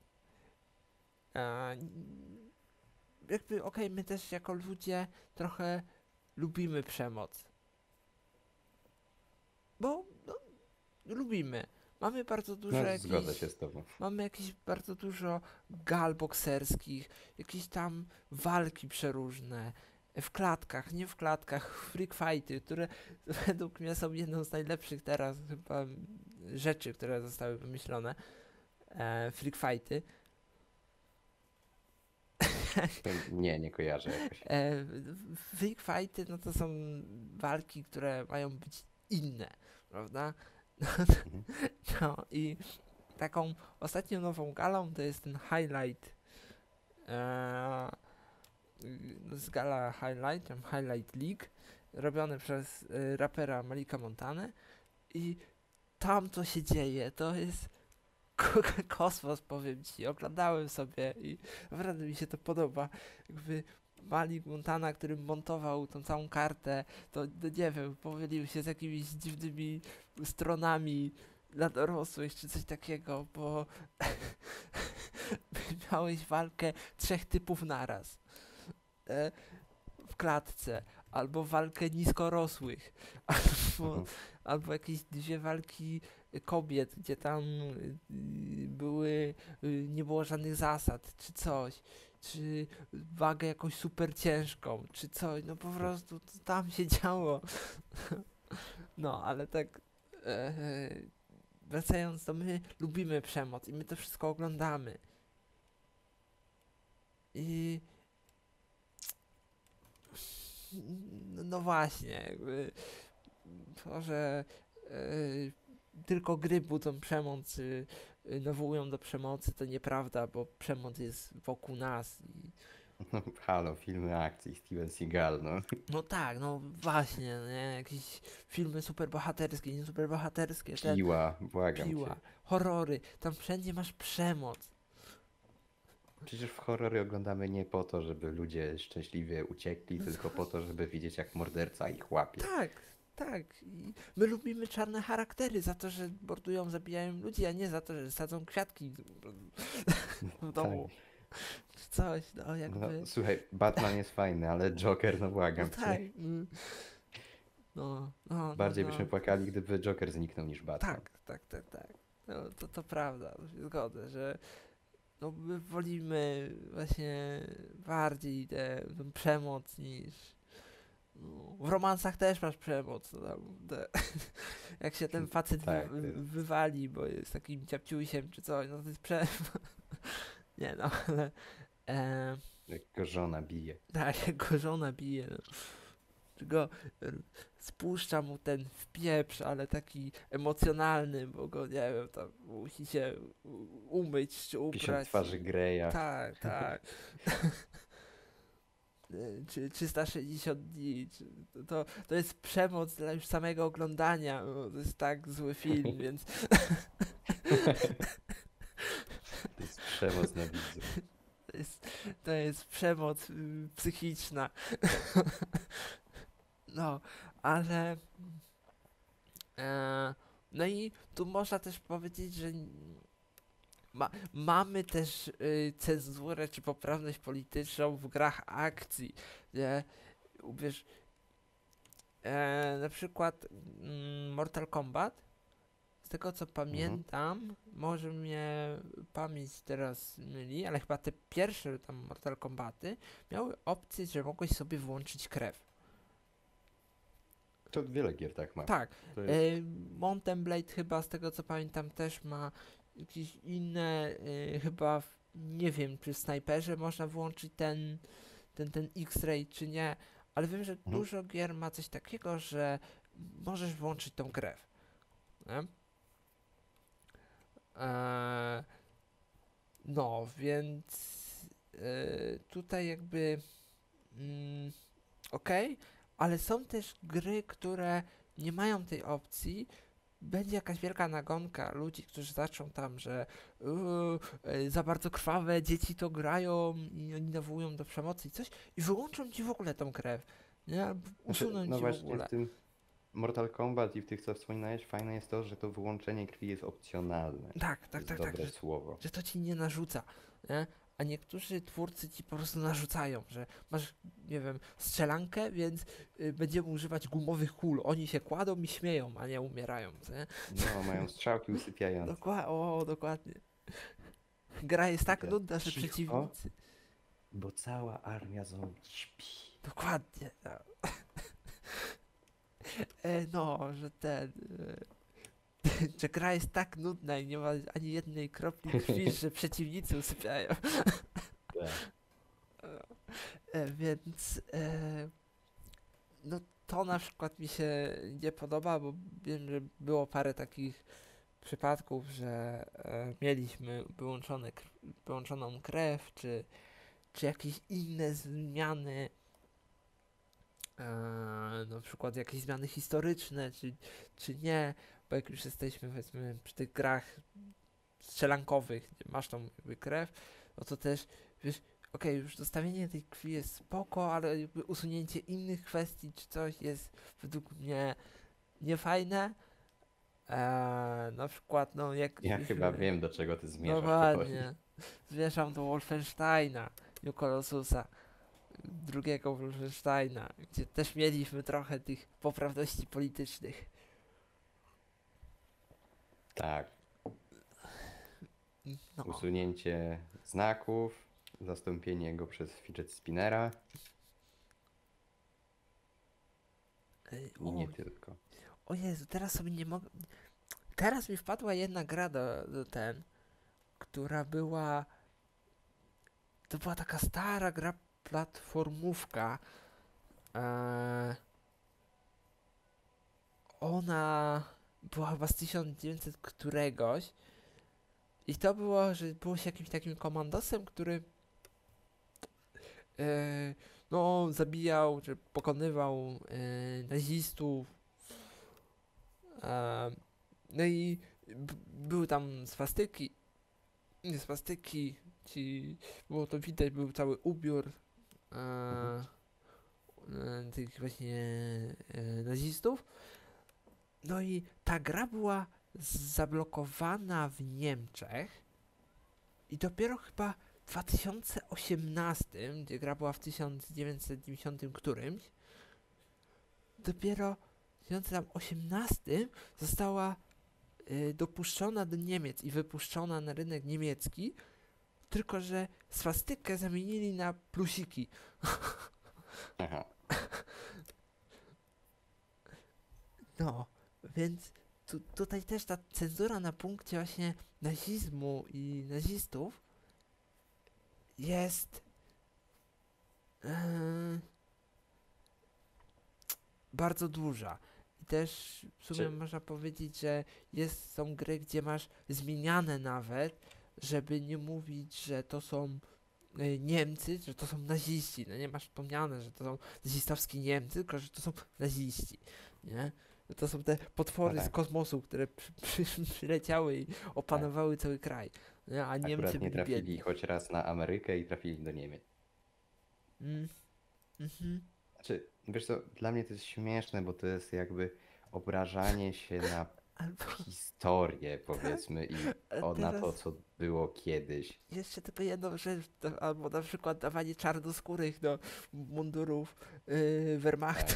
A, jakby, my też jako ludzie trochę lubimy przemoc. Bo lubimy. Mamy bardzo dużo No, jakichś, zgodzę się z tobą. mamy jakieś bardzo dużo gal bokserskich, jakieś tam walki przeróżne, w klatkach, nie w klatkach, freak fighty, które według mnie są jedną z najlepszych teraz chyba rzeczy, które zostały wymyślone. Freak fighty. Nie kojarzę jakoś. Freak fighty, no to są walki, które mają być inne, prawda? Mhm. No i taką ostatnią nową galą to jest ten Highlight, z gala Highlight, tam Highlight League, robiony przez rapera Malika Montanę i tam co się dzieje, to jest kosmos, powiem ci. Oglądałem sobie i naprawdę mi się to podoba. Jakby Malik Montana, który montował tą całą kartę, to nie wiem, pomylił się z jakimiś dziwnymi stronami dla dorosłych czy coś takiego, bo miałeś walkę 3 typów naraz w klatce, albo walkę niskorosłych, albo, Mhm. albo jakieś 2 walki kobiet, gdzie tam nie było żadnych zasad, czy coś, czy wagę jakąś super ciężką, czy coś, no po prostu to tam się działo. No, ale tak e, wracając, to my lubimy przemoc i my to wszystko oglądamy. I no właśnie, jakby to, że tylko gry budzą przemoc, nawołują do przemocy, to nieprawda, bo przemoc jest wokół nas. No, halo, filmy akcji, Steven Seagal, no. No tak, no właśnie, nie? Jakieś filmy superbohaterskie, nie superbohaterskie, te Piła, błagam cię. piła, horrory, tam wszędzie masz przemoc. Przecież w horrory oglądamy nie po to, żeby ludzie szczęśliwie uciekli, tylko po to, żeby widzieć, jak morderca ich łapie. Tak, tak. I my lubimy czarne charaktery za to, że mordują, zabijają ludzi, a nie za to, że sadzą kwiatki w Tak. domu. Czy coś, no No, jakby. słuchaj, Batman jest fajny, ale Joker, no No błagam tak. cię. No. Bardziej byśmy płakali, gdyby Joker zniknął niż Batman. Tak. No, to prawda, to się zgodzę, że no my wolimy właśnie bardziej tę przemoc niż. No, w romansach też masz przemoc. No, tam, jak się ten facet Tak, to jest wywali, bo jest takim ciapciusiem czy coś, no to jest przemoc. Nie no, ale jak go żona bije. tak, jak go żona bije, no. Czy go spuszcza mu ten wpieprz, ale taki emocjonalny, bo go, nie wiem, tam musi się umyć czy 50 uprać. twarzy Greya. Tak. Czy 360 dni. To jest przemoc dla już samego oglądania. No, to jest tak zły film, więc To jest przemoc na widzu. to jest, to jest przemoc psychiczna. No, ale no i tu można też powiedzieć, że mamy też cenzurę czy poprawność polityczną w grach akcji, nie? Wiesz, na przykład Mortal Kombat, z tego co Mhm. pamiętam, może mnie pamięć teraz myli, ale chyba te pierwsze tam Mortal Kombaty miały opcję, że mogłeś sobie włączyć krew. To wiele gier tak ma. Tak, To jest... Mountain Blade chyba z tego co pamiętam też ma jakieś inne, chyba nie wiem czy w Snajperze można włączyć ten X-Ray czy nie, ale wiem, że Mhm. dużo gier ma coś takiego, że możesz włączyć tą krew. Nie? Eee, no, więc tutaj jakby okej, ale są też gry, które nie mają tej opcji. Będzie jakaś wielka nagonka ludzi, którzy zaczną tam, że za bardzo krwawe dzieci to grają i oni nawołują do przemocy i coś i wyłączą ci w ogóle tą krew, nie? Albo Znaczy, usuną no ci w właśnie w ogóle. tym Mortal Kombat i w tych, co wspominałeś, fajne jest to, że to wyłączenie krwi jest opcjonalne. To jest Tak, dobre słowo. że to ci nie narzuca, nie? A niektórzy twórcy ci po prostu narzucają, że masz, nie wiem, strzelankę, więc będziemy używać gumowych kul. Oni się kładą i śmieją, a nie umierają, nie? No, mają strzałki usypiające. Dokładnie. Gra jest tak Takie, nudna, że cicho, przeciwnicy. bo cała armia zombie śpi. Dokładnie. No, no że że gra jest tak nudna i nie ma ani jednej kropli krwi, że przeciwnicy usypiają. Tak. Więc no to na przykład mi się nie podoba, bo wiem, że było parę takich przypadków, że mieliśmy wyłączoną krew, czy jakieś inne zmiany, na przykład jakieś zmiany historyczne, czy nie, bo jak już jesteśmy powiedzmy przy tych grach strzelankowych, gdzie masz tą jakby krew, no to też, wiesz, okej, już zostawienie tej krwi jest spoko, ale jakby usunięcie innych kwestii czy coś jest według mnie niefajne. Na przykład, no jak Ja już, chyba wiem, do czego ty zmierzasz powoli. dokładnie, zmierzam do Wolfensteina, do Colossusa, drugiego Wolfensteina, gdzie też mieliśmy trochę tych poprawności politycznych. Tak, No, usunięcie znaków, zastąpienie go przez fidget spinnera i o, nie tylko. o Jezu, teraz sobie nie mogę. Teraz mi wpadła jedna gra do która była. To była taka stara gra platformówka. Eee, Ona była chyba z 1900 któregoś. I to było, że było się jakimś takim komandosem, który no zabijał, czy pokonywał nazistów. No i były tam swastyki, nie swastyki, było to widać, był cały ubiór Mhm. tych właśnie nazistów. No i ta gra była zablokowana w Niemczech i dopiero chyba w 2018, gdzie gra była w 1990 którymś, dopiero w 2018 została dopuszczona do Niemiec i wypuszczona na rynek niemiecki, tylko że swastykę zamienili na plusiki. Aha, No, więc tutaj też ta cenzura na punkcie właśnie nazizmu i nazistów jest bardzo duża. I też w sumie czy, można powiedzieć, że są gry, gdzie masz zmieniane nawet, żeby nie mówić, że to są Niemcy, że to są naziści. No nie masz wspomniane, że to są nazistowscy Niemcy, tylko że to są naziści, nie? Że to są te no potwory z tak, kosmosu, które przyleciały i tak. opanowały cały kraj, nie? A Niemcy Akurat nie byli trafili biedni. choć raz na Amerykę i trafili do Niemiec. Mm, mhm. Znaczy, wiesz co, dla mnie to jest śmieszne, bo to jest jakby obrażanie się na Albo historię, tak, powiedzmy, i a na to, teraz co było kiedyś. jeszcze tylko jedną rzecz, albo na przykład dawanie czarnoskórych do mundurów Wehrmachtu. Tak.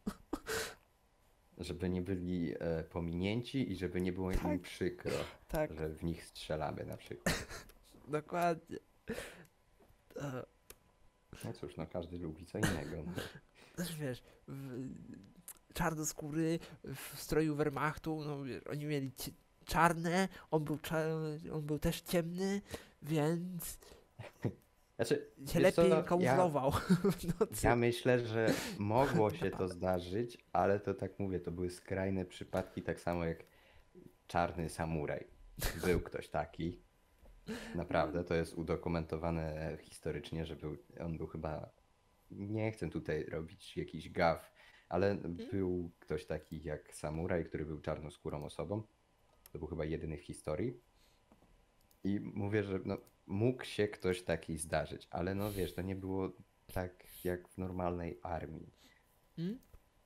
Żeby nie byli pominięci i żeby nie było Tak, im przykro, tak, że w nich strzelamy na przykład. dokładnie. E, No cóż, no każdy lubi co innego. No. Też wiesz, czarnoskóry w stroju Wehrmachtu, no wiesz, oni mieli czarne, on był też ciemny, więc Znaczy, się wiesz co, lepiej no, kamuflował w ja nocy. myślę, że mogło się to Napadał. zdarzyć, ale to tak mówię, to były skrajne przypadki, tak samo jak czarny samuraj. Był ktoś taki, naprawdę, to jest udokumentowane historycznie, że on był chyba, nie chcę tutaj robić jakiś gaf, ale Mm, był ktoś taki jak samuraj, który był czarnoskórą osobą. To był chyba jedyny w historii. I mówię, że no, mógł się ktoś taki zdarzyć, ale no wiesz, to nie było tak jak w normalnej armii. mm.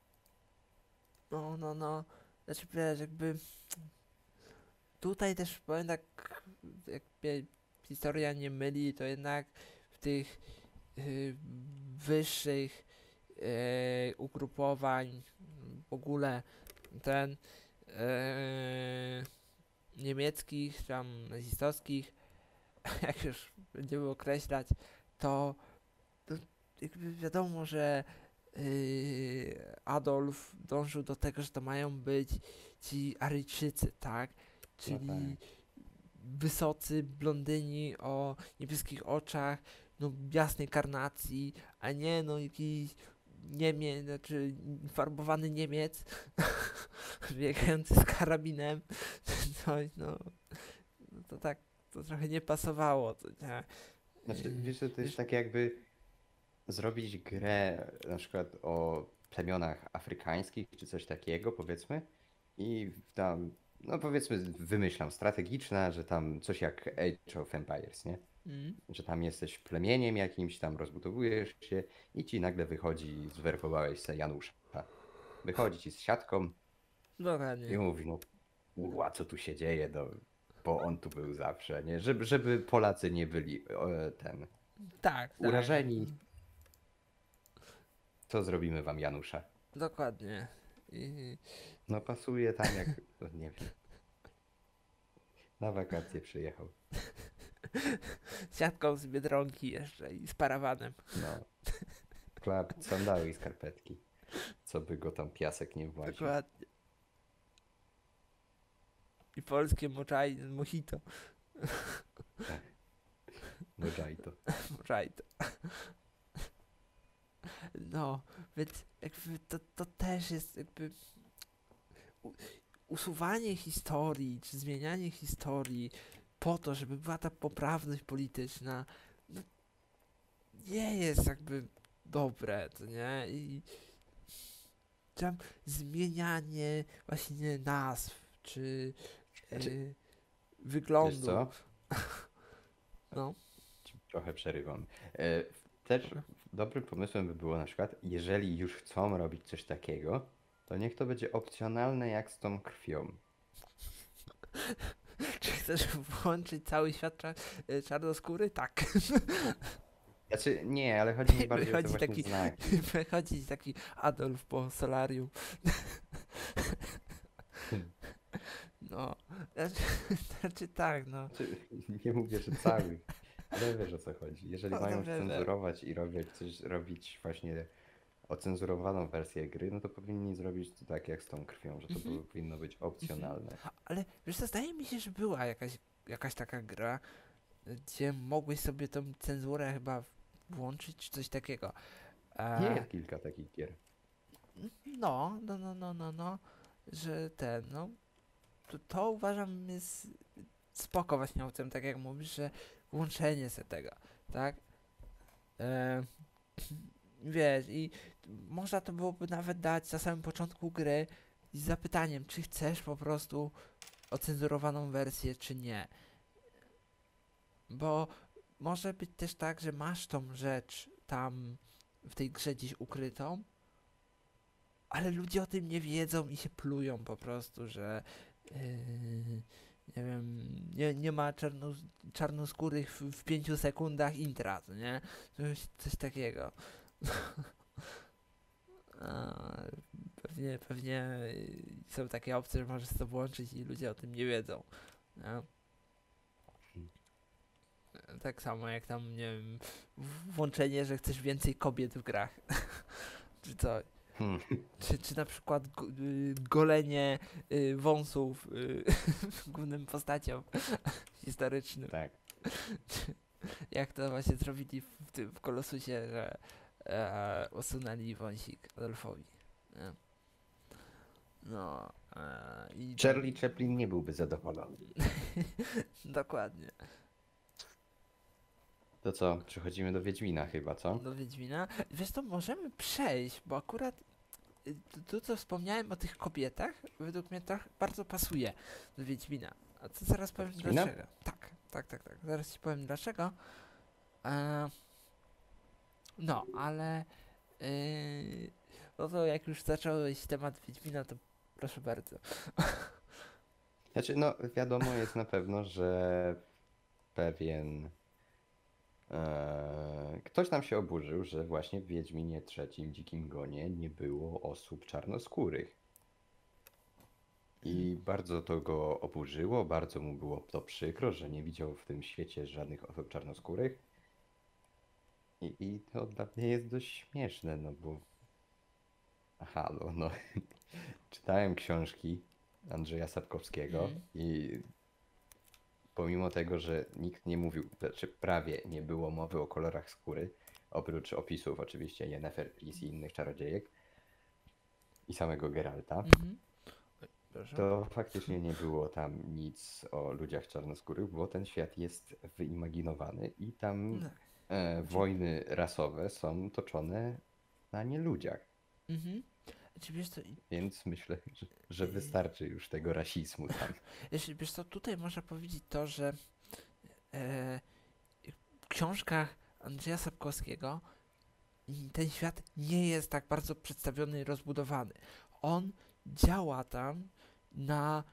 No. Znaczy wiesz, jakby tutaj też powiem tak, jak mnie historia nie myli, to jednak w tych y, wyższych ugrupowań w ogóle ten niemieckich, tam nazistowskich, jak już będziemy określać, to jakby wiadomo, że Adolf dążył do tego, że to mają być ci Aryjczycy, tak? No tak. Czyli wysocy blondyni o niebieskich oczach, no jasnej karnacji, a nie no jakiś Niemiec, znaczy farbowany Niemiec biegający z karabinem, czy coś, no to tak, to trochę nie pasowało, to nie. Znaczy, wiesz, że to jest Wiesz, tak jakby zrobić grę na przykład o plemionach afrykańskich czy coś takiego, powiedzmy, i tam, no powiedzmy, wymyślam, strategiczna, że tam coś jak Age of Empires, nie? mm, Że tam jesteś plemieniem jakimś, tam rozbudowujesz się i ci nagle wychodzi, zwerbowałeś se Janusza. Wychodzi ci z siatką i dokładnie, mówi, no kurwa, co tu się dzieje, no, bo on tu był zawsze, nie? Żeby Polacy nie byli tak, tak, urażeni, co zrobimy wam Janusza? dokładnie. I, No pasuje tam jak, no, nie wiem, na wakacje przyjechał. siatką z Biedronki jeszcze i z parawanem, No, sandały i skarpetki, co by go tam piasek nie właził. dokładnie. I polskie mojito, Mojito. mojito. No, więc jakby to też jest jakby u- usuwanie historii, czy zmienianie historii po to, żeby była ta poprawność polityczna, no, nie jest jakby dobre, to nie? I tam zmienianie właśnie nazw, czy Znaczy, wiesz wyglądu, co? no. Trochę przerywam. Też Dobra. dobrym pomysłem by było na przykład, jeżeli już chcą robić coś takiego, to niech to będzie opcjonalne jak z tą krwią. Czy chcesz włączyć cały świat czarnoskóry? Tak. Znaczy, nie, ale chodzi mi bardziej o te Wychodzi właśnie taki, znaki. wychodzi taki Adolf po solarium. No, znaczy, znaczy tak, no. Znaczy, nie mówię, że całych, ale wiesz o co chodzi. Jeżeli No, mają no, już cenzurować i robić właśnie ocenzurowaną wersję gry, no to powinni zrobić to tak jak z tą krwią, że to Mhm, powinno być mhm. opcjonalne. Ale wiesz co, zdaje mi się, że była jakaś taka gra, gdzie mogłeś sobie tą cenzurę chyba włączyć, czy coś takiego. E, Jest kilka takich gier. no, że no, to uważam jest spoko właśnie o tym, tak jak mówisz, że włączenie sobie tego, tak? E, wiesz, i można to byłoby nawet dać na samym początku gry z zapytaniem, czy chcesz po prostu ocenzurowaną wersję, czy nie. Bo może być też tak, że masz tą rzecz tam w tej grze gdzieś ukrytą, ale ludzie o tym nie wiedzą i się plują po prostu, że nie wiem, nie ma czarnoskórych w 5 sekundach intra, to nie? Coś takiego. A, pewnie są takie opcje, że możesz to włączyć i ludzie o tym nie wiedzą. Nie? Tak samo jak tam, nie wiem, włączenie, że chcesz więcej kobiet w grach. Czy coś. Hmm. Czy na przykład golenie wąsów głównym postaciom historycznym. Tak. Jak to właśnie zrobili w Kolosusie, że usunęli wąsik Adolfowi. Nie? No i tam, Charlie Chaplin nie byłby zadowolony. dokładnie. To co, przechodzimy do Wiedźmina chyba, co? Do Wiedźmina. Wiesz to możemy przejść, bo akurat to co wspomniałem o tych kobietach, według mnie to bardzo pasuje do Wiedźmina. A to zaraz powiem Wiedźmina? dlaczego. Tak. Zaraz ci powiem dlaczego. E, no, ale no to jak już zacząłeś temat Wiedźmina, to proszę bardzo. Znaczy, no wiadomo jest na pewno, że pewien ktoś nam się oburzył, że właśnie w Wiedźminie trzecim Dzikim Gonie nie było osób czarnoskórych. I bardzo to go oburzyło, bardzo mu było to przykro, że nie widział w tym świecie żadnych osób czarnoskórych. I to dla mnie jest dość śmieszne, no bo... Aha, no. Czytałem książki Andrzeja Sapkowskiego Mm. i pomimo tego, że nikt nie mówił, znaczy prawie nie było mowy o kolorach skóry, Oprócz opisów oczywiście Yennefer Tris i innych czarodziejek i samego Geralta, Mhm. Oj, proszę. to faktycznie nie było tam nic o ludziach czarnoskórych, bo ten świat jest wyimaginowany i tam No, znaczy, wojny rasowe są toczone na nieludziach. mhm. Wiesz co, Więc myślę, że wystarczy już tego rasizmu tam. wiesz co, tutaj można powiedzieć to, że e, w książkach Andrzeja Sapkowskiego ten świat nie jest tak bardzo przedstawiony i rozbudowany. On działa tam na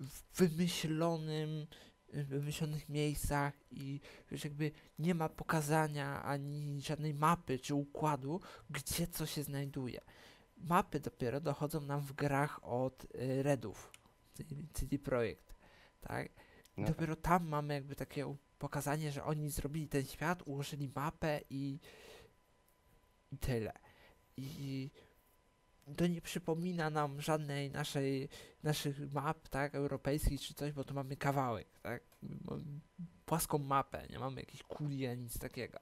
wymyślonych miejscach i wiesz, jakby nie ma pokazania ani żadnej mapy czy układu, gdzie co się znajduje. Mapy dopiero dochodzą nam w grach od Redów, CD Projekt, tak? I No tak. dopiero tam mamy jakby takie pokazanie, że oni zrobili ten świat, ułożyli mapę i tyle. I to nie przypomina nam żadnej naszych map, tak, europejskich czy coś, bo tu mamy kawałek, tak? Mamy płaską mapę, nie mamy jakiejś kuli ani nic takiego.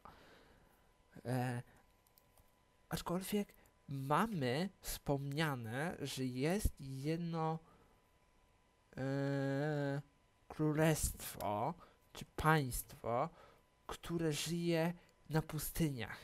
Aczkolwiek mamy wspomniane, że jest jedno królestwo czy państwo, które żyje na pustyniach.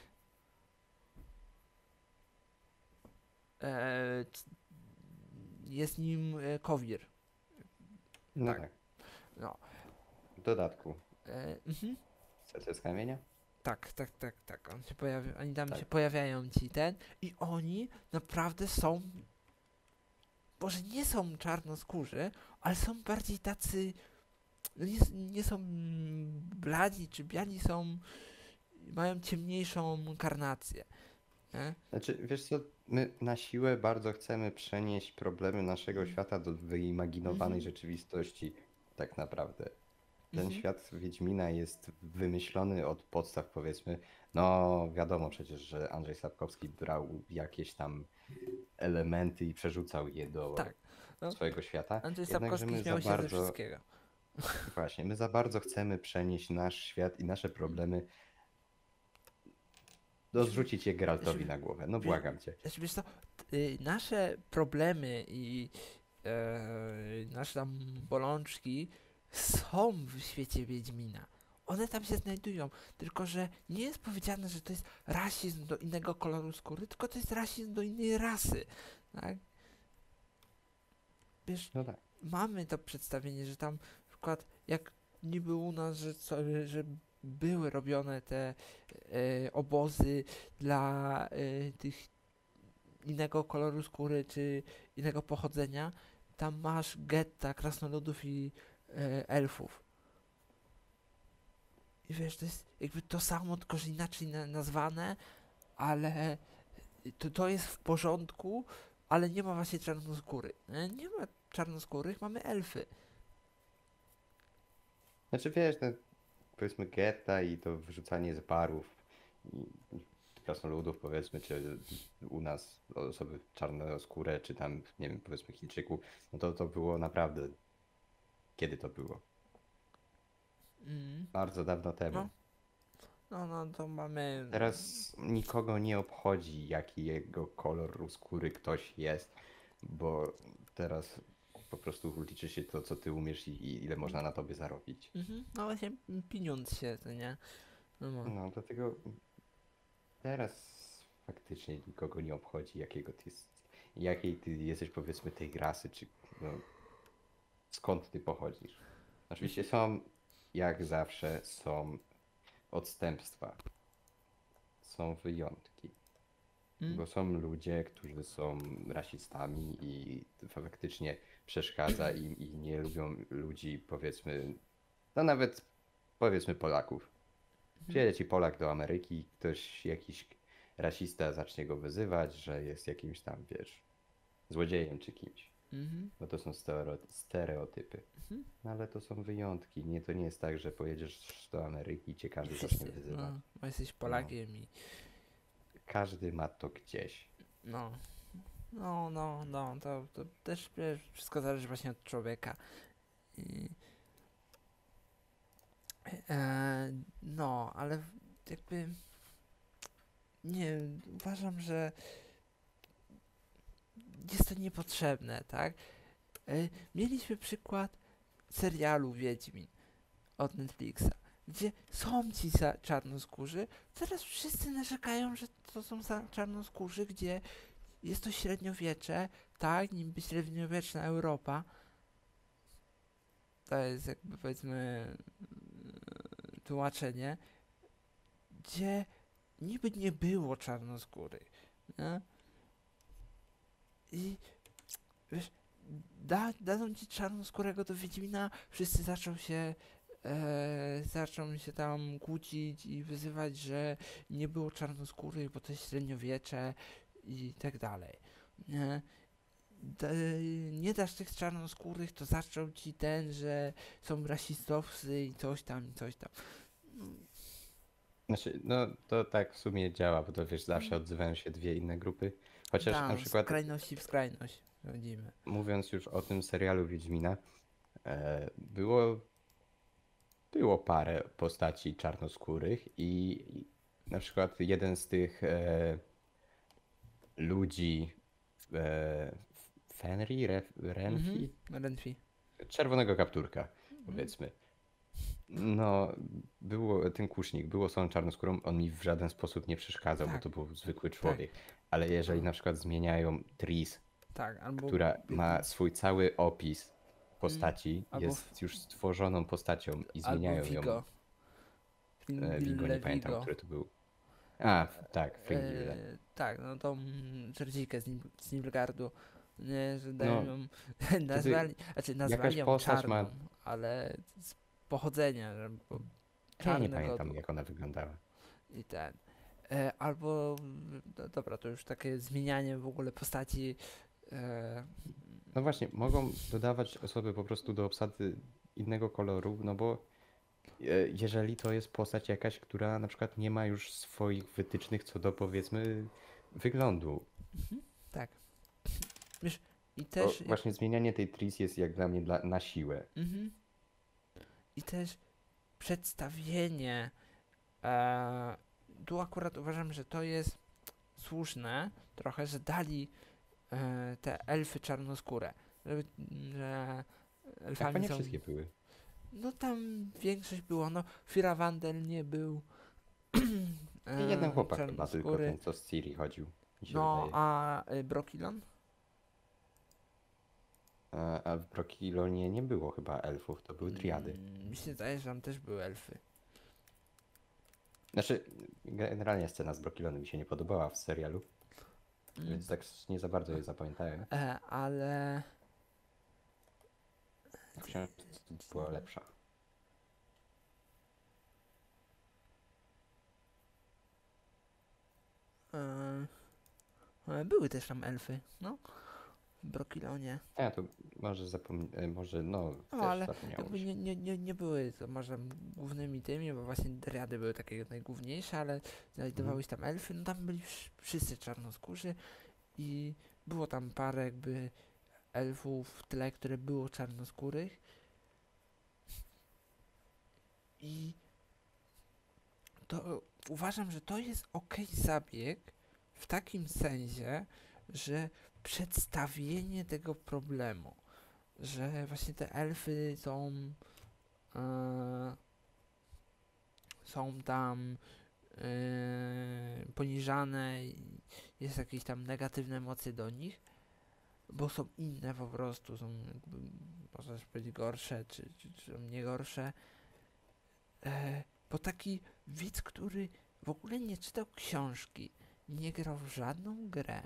E, c- jest nim Kowir. No Tak. tak. No. W dodatku. Mhm. Serce z kamienia? Tak. Oni tam Tak. się pojawiają i oni naprawdę są, może nie są czarnoskórzy, ale są bardziej tacy, no nie są bladzi czy biali, mają ciemniejszą karnację. Nie? Znaczy, wiesz co, my na siłę bardzo chcemy przenieść problemy naszego świata do wyimaginowanej Mhm. rzeczywistości, tak naprawdę. Ten Mhm. świat Wiedźmina jest wymyślony od podstaw, powiedzmy. No, wiadomo przecież, że Andrzej Sapkowski brał jakieś tam elementy i przerzucał je do Tak. No, swojego świata. Andrzej Jednakże Sapkowski my za śmiał się ze bardzo, wszystkiego. właśnie, my za bardzo chcemy przenieść nasz świat i nasze problemy, Znaczy, zrzucić je Geraltowi znaczy, na głowę. No, wie- błagam cię. wiesz co, nasze problemy i nasze tam bolączki są w świecie Wiedźmina. One tam się znajdują, tylko że nie jest powiedziane, że to jest rasizm do innego koloru skóry, tylko to jest rasizm do innej rasy, tak? Wiesz, No tak. mamy to przedstawienie, że tam na przykład jak niby u nas, że były robione te obozy dla tych innego koloru skóry czy innego pochodzenia, tam masz getta krasnoludów i elfów. I wiesz, to jest jakby to samo, tylko że inaczej nazwane, ale to jest w porządku, ale nie ma właśnie czarnoskóry. Nie ma czarnoskórych, mamy elfy. Znaczy wiesz, no, powiedzmy getta i to wyrzucanie z barów i krasnoludów powiedzmy, czy u nas osoby czarnoskóre, czy tam, nie wiem, powiedzmy Chińczyków, no to było naprawdę, kiedy to było? Mm. Bardzo dawno temu. No, no to mamy. Teraz nikogo nie obchodzi, jaki jego kolor skóry ktoś jest, bo teraz po prostu liczy się to, co ty umiesz i ile można na tobie zarobić. No właśnie pieniądz się, to nie? No. No, dlatego teraz faktycznie nikogo nie obchodzi, jakiej ty jesteś, powiedzmy, tej rasy, czy no, skąd ty pochodzisz. Oczywiście są, jak zawsze, są odstępstwa, są wyjątki, Mm? bo są ludzie, którzy są rasistami i to faktycznie przeszkadza im i nie lubią ludzi, powiedzmy, no nawet powiedzmy Polaków. Mhm. Przyjedzie ci Polak do Ameryki, ktoś, jakiś rasista zacznie go wyzywać, że jest jakimś tam, wiesz, złodziejem czy kimś. Mhm. No to są stereotypy. Mhm. No ale to są wyjątki. Nie, to nie jest tak, że pojedziesz do Ameryki i cię I każdy zacznie wszyscy, wyzywać. bo jesteś No, Polakiem i każdy ma to gdzieś. no, to też wiesz, wszystko zależy właśnie od człowieka. I, no, ale jakby Nie, uważam, że jest to niepotrzebne, tak? Mieliśmy przykład serialu Wiedźmin od Netflixa, gdzie są ci czarnoskórzy, teraz wszyscy narzekają, że to są czarnoskórzy, gdzie jest to średniowiecze, tak, niby średniowieczna Europa, to jest jakby powiedzmy tłumaczenie, gdzie niby nie było czarnoskórych, nie? I wiesz, dadzą ci czarnoskórego do Wiedźmina, wszyscy zaczną się tam kłócić i wyzywać, że nie było czarnoskórych, bo to jest średniowiecze i tak dalej. Nie? Nie dasz tych czarnoskórych, to zaczął ci że są rasistowscy i coś tam, i coś tam. Znaczy, no to tak w sumie działa, bo to wiesz, zawsze odzywają się dwie inne grupy. Chociaż na Tam, z przykład skrajności w skrajność chodzimy. mówiąc już o tym serialu Wiedźmina, było parę postaci czarnoskórych i na przykład jeden z tych ludzi e, Fenrir, Mhm, Renfi, Renfi. czerwonego kapturka, Mhm. powiedzmy. No, ten kusznik, było osobą czarnoskórą, on mi w żaden sposób nie przeszkadzał, bo Tak, to był zwykły tak. człowiek. Ale jeżeli na przykład zmieniają Tris, Tak, albo która ma swój cały opis mm, postaci, albo, jest już stworzoną postacią i albo zmieniają ją. Vigo. Vigo, nie Fringille pamiętam, Vigo. który to był. A, tak, Fringille. Tak, no tą czardziejkę z Nilfgaardu, nie, że dają No, ją, wtedy nazwali jakaś ją postać czarną, ma. ale z pochodzenia, że bo Ja nie czarny pamiętam, godło jak ona wyglądała. i ten. Albo, dobra, to już takie zmienianie w ogóle postaci. E, No właśnie, mogą dodawać osoby po prostu do obsady innego koloru, no bo jeżeli to jest postać jakaś, która na przykład nie ma już swoich wytycznych co do powiedzmy wyglądu. tak, wiesz, i To też, właśnie zmienianie tej Tris jest jak dla mnie na siłę. mhm, i też przedstawienie. E, Tu akurat uważam, że to jest słuszne trochę, że dali te elfy czarnoskóre. Że Chyba elfami nie są. wszystkie były. No tam większość było, no Firavandel nie był I jeden chłopak chyba tylko, czarnoskóry. ten co z Ciri chodził, mi się No wydaje. a Brokilon? A w Brokilonie nie było chyba elfów, to były triady. Mi się zdaje, że tam też były elfy. Znaczy, generalnie scena z Brokilonem mi się nie podobała w serialu, Mm, więc tak nie za bardzo je zapamiętałem. ale W książce była lepsza. były też tam elfy, no, w Brokilonie. A to może może no, No, też ale zapomniało jakby mi się. nie były to może głównymi tymi, bo właśnie driady były takie najgłówniejsze, ale Mhm. znajdowały się tam elfy, no tam byli wszyscy czarnoskórzy i było tam parę jakby elfów w tle, które było czarnoskórych i to uważam, że to jest okej zabieg w takim sensie, że przedstawienie tego problemu, że właśnie te elfy e, są tam poniżane i jest jakieś tam negatywne emocje do nich, bo są inne po prostu, są jakby, można powiedzieć gorsze, czy nie gorsze. Bo taki widz, który w ogóle nie czytał książki, nie grał w żadną grę,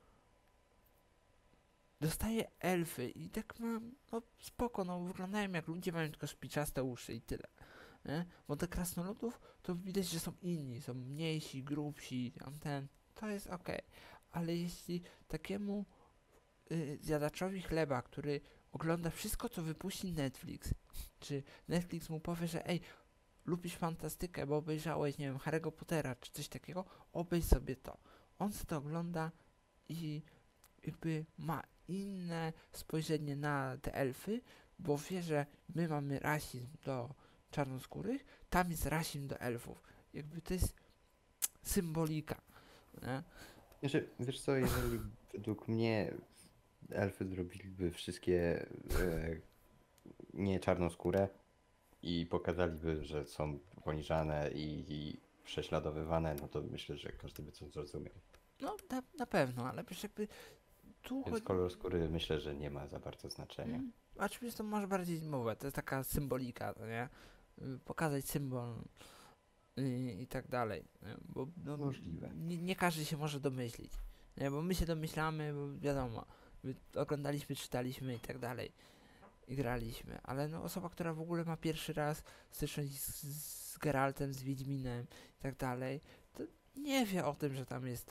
dostaje elfy i tak ma, no spoko, no wyglądają jak ludzie, mają tylko spiczaste uszy i tyle. Nie? Bo te krasnoludów to widać, że są inni, są mniejsi, grubsi, to jest okej. Ale jeśli takiemu zjadaczowi chleba, który ogląda wszystko, co wypuści Netflix, czy Netflix mu powie, że ej, lubisz fantastykę, bo obejrzałeś, nie wiem, Harry'ego Pottera, czy coś takiego, obejrz sobie to. On sobie to ogląda i jakby ma inne spojrzenie na te elfy, bo wie, że my mamy rasizm do czarnoskórych, tam jest rasizm do elfów. Jakby to jest symbolika. Nie? Znaczy, wiesz co, jeżeli według mnie elfy zrobiliby wszystkie nie czarną skórę i pokazaliby, że są poniżane i prześladowywane, no to myślę, że każdy by to zrozumiał. No, na pewno, ale wiesz, jakby tu Więc chodzi... kolor skóry myślę, że nie ma za bardzo znaczenia. Oczywiście to może bardziej mowa, to jest taka symbolika, to nie? Pokazać symbol i tak dalej, nie? Bo no, Możliwe. nie każdy się może domyślić, nie? Bo my się domyślamy, bo wiadomo, oglądaliśmy, czytaliśmy i tak dalej i graliśmy, ale no osoba, która w ogóle ma pierwszy raz styczność z Geraltem, z Wiedźminem i tak dalej, to nie wie o tym, że tam jest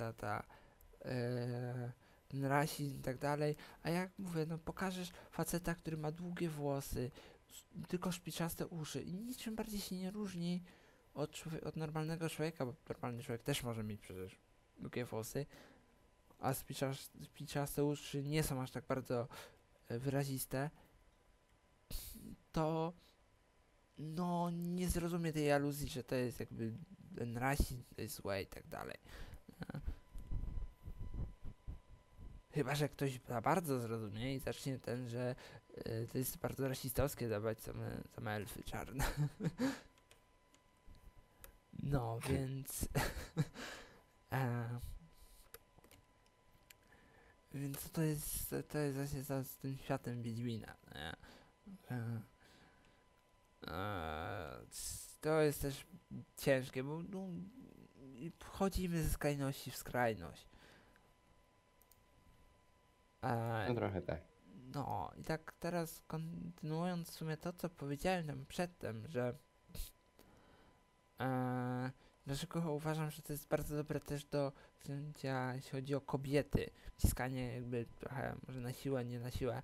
ten rasizm i tak dalej, a jak mówię, no pokażesz faceta, który ma długie włosy, tylko szpiczaste uszy i niczym bardziej się nie różni od normalnego człowieka, bo normalny człowiek też może mieć przecież długie włosy, a spiczaste uszy nie są aż tak bardzo wyraziste, to no nie zrozumie tej aluzji, że to jest jakby ten rasizm, to jest złe i tak dalej. Chyba, że ktoś za bardzo zrozumie i zacznie ten, że to jest bardzo rasistowskie dawać same elfy czarne. No, więc... e, więc to jest właśnie z tym światem Wiedźmina, nie? E, to jest też ciężkie, bo no, wchodzimy ze skrajności w skrajność. E, No trochę tak. no i tak teraz kontynuując w sumie to, co powiedziałem tam przedtem, że dlaczego uważam, że to jest bardzo dobre też do wzięcia, jeśli chodzi o kobiety, wciskanie jakby trochę może na siłę, nie na siłę.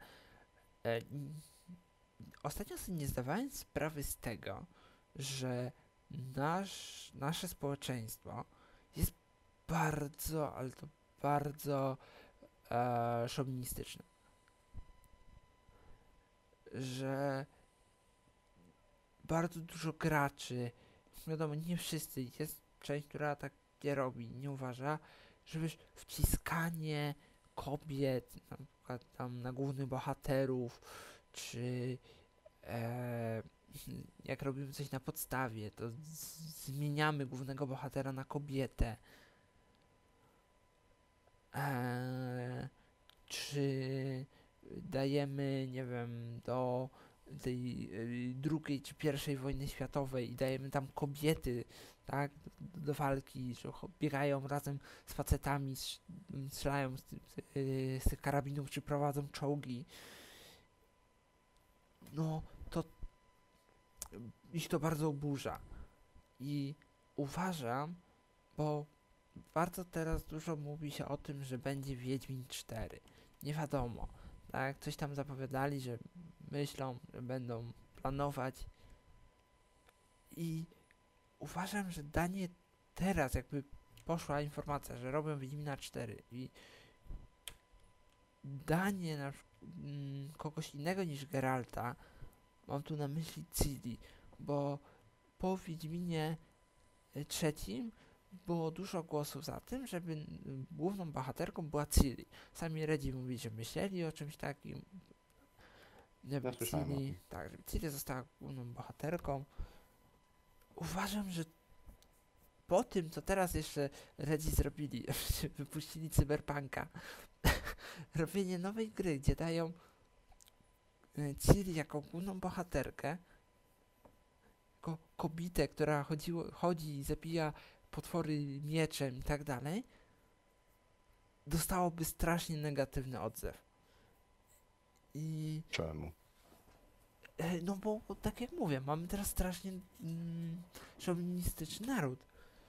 Ostatnio sobie nie zdawałem sprawy z tego, że nasze społeczeństwo jest bardzo, ale to bardzo szowinistyczne. Że bardzo dużo graczy, wiadomo, nie wszyscy, jest część, która tak nie robi, nie uważa, że wiesz, wciskanie kobiet, na przykład tam na głównych bohaterów, czy e, jak robimy coś na podstawie, to zmieniamy głównego bohatera na kobietę. Czy dajemy, nie wiem, do tej drugiej czy pierwszej wojny światowej i dajemy tam kobiety, tak, do walki, że biegają razem z facetami, strzelają z tych karabinów, czy prowadzą czołgi. No, to ich to bardzo oburza. I uważam, bo bardzo teraz dużo mówi się o tym, że będzie Wiedźmin 4. Nie wiadomo. Tak, coś tam zapowiadali, że myślą, że będą planować. I uważam, że danie teraz, jakby poszła informacja, że robią Wiedźmina 4 i danie kogoś innego niż Geralta, mam tu na myśli Ciri, bo po Wiedźminie trzecim było dużo głosów za tym, żeby główną bohaterką była Ciri. Sami Redzi mówili, że myśleli o czymś takim, Ja żeby słyszałem o Ciri, tym. tak, żeby Ciri została główną bohaterką. Uważam, że po tym, co teraz jeszcze Redzi zrobili, wypuścili Cyberpunka, robienie nowej gry, gdzie dają Ciri jako główną bohaterkę, kobietę, która chodzi i zabija potwory mieczem i tak dalej, dostałoby strasznie negatywny odzew. I Czemu? no bo tak jak mówię, mamy teraz strasznie szowinistyczny naród.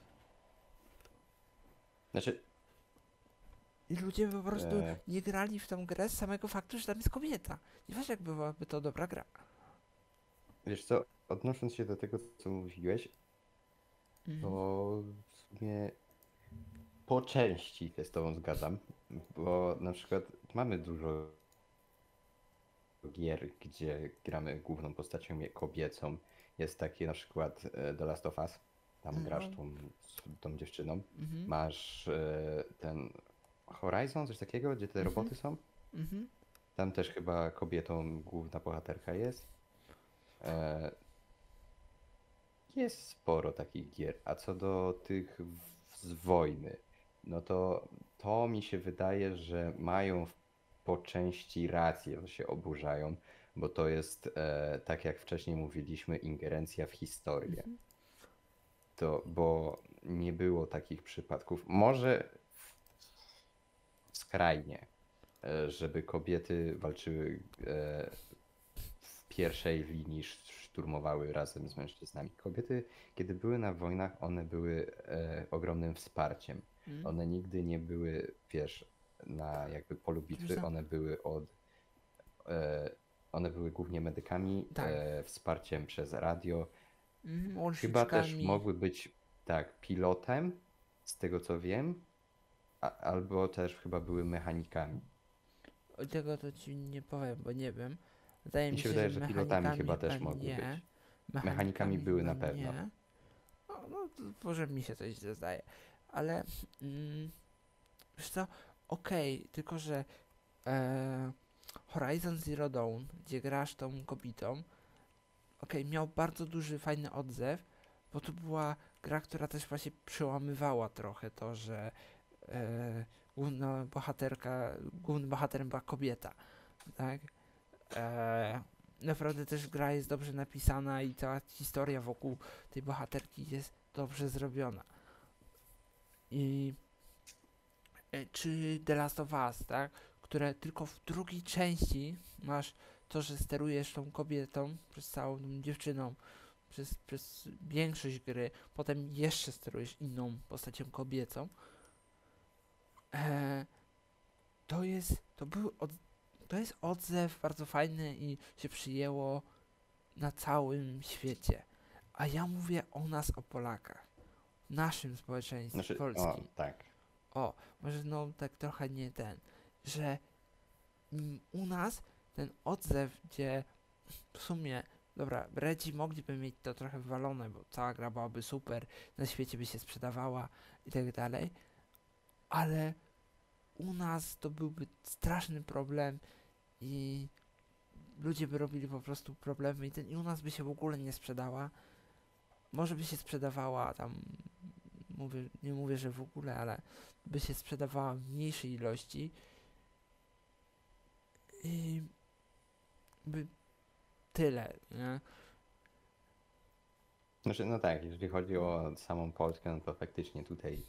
Znaczy, I ludzie po prostu e, nie grali w tą grę z samego faktu, że tam jest kobieta. Nieważne jak byłaby to dobra gra. wiesz co, odnosząc się do tego, co mówiłeś, to Mhm. w sumie po części się z tobą zgadzam, bo na przykład mamy dużo gier, gdzie gramy główną postacią kobiecą. Jest taki na przykład The Last of Us, tam grasz No, tą dziewczyną. mhm, Masz ten Horizon, coś takiego, gdzie te mhm, roboty są. mhm. Tam też chyba kobietą główna bohaterka jest. E, Jest sporo takich gier. A co do tych z wojny, no to mi się wydaje, że mają po części rację, że się oburzają, bo to jest, tak jak wcześniej mówiliśmy, ingerencja w historię. Bo nie było takich przypadków. Może skrajnie, żeby kobiety walczyły w pierwszej linii, szturmowały razem z mężczyznami. Kobiety, kiedy były na wojnach, one były ogromnym wsparciem. Mm. One nigdy nie były, wiesz, na jakby polu Wiesz bitwy, co? e, one były głównie medykami, Tak, wsparciem przez radio. Chyba też łączniczkami. mogły być, tak, pilotem, z tego co wiem, albo też chyba były mechanikami. O tego to ci nie powiem, bo nie wiem. Wydaje Mi mi się się, że wydaje, że pilotami mechanikami chyba chyba też mogły nie. być. Mechanikami Mechanikami były chyba na pewno. nie. No to może mi się coś źle zdaje. Ale mm, wiesz co? Okej, tylko że e, Horizon Zero Dawn, gdzie grasz tą kobietą, miał bardzo duży, fajny odzew, bo to była gra, która też właśnie przełamywała trochę to, że głównym bohaterem była kobieta, tak? Naprawdę też gra jest dobrze napisana i cała historia wokół tej bohaterki jest dobrze zrobiona. I czy The Last of Us, tak? Które tylko w drugiej części masz to, że sterujesz tą kobietą, przez całą tą dziewczyną, przez większość gry, potem jeszcze sterujesz inną postacią kobiecą. E, to jest, to był od, to jest odzew bardzo fajny i się przyjęło na całym świecie. A ja mówię o nas, o Polakach, naszym społeczeństwie Znaczy, o, polskim. tak. O, może no tak trochę nie ten, że u nas ten odzew, gdzie w sumie, dobra, Redzi mogliby mieć to trochę wywalone, bo cała gra byłaby super, na świecie by się sprzedawała i tak dalej, ale u nas to byłby straszny problem i ludzie by robili po prostu problemy i u nas by się w ogóle nie sprzedała. Może by się sprzedawała tam, nie mówię, że w ogóle, ale by się sprzedawała w mniejszej ilości i by tyle, nie? Znaczy, no tak, jeżeli chodzi o samą Polskę, no to faktycznie tutaj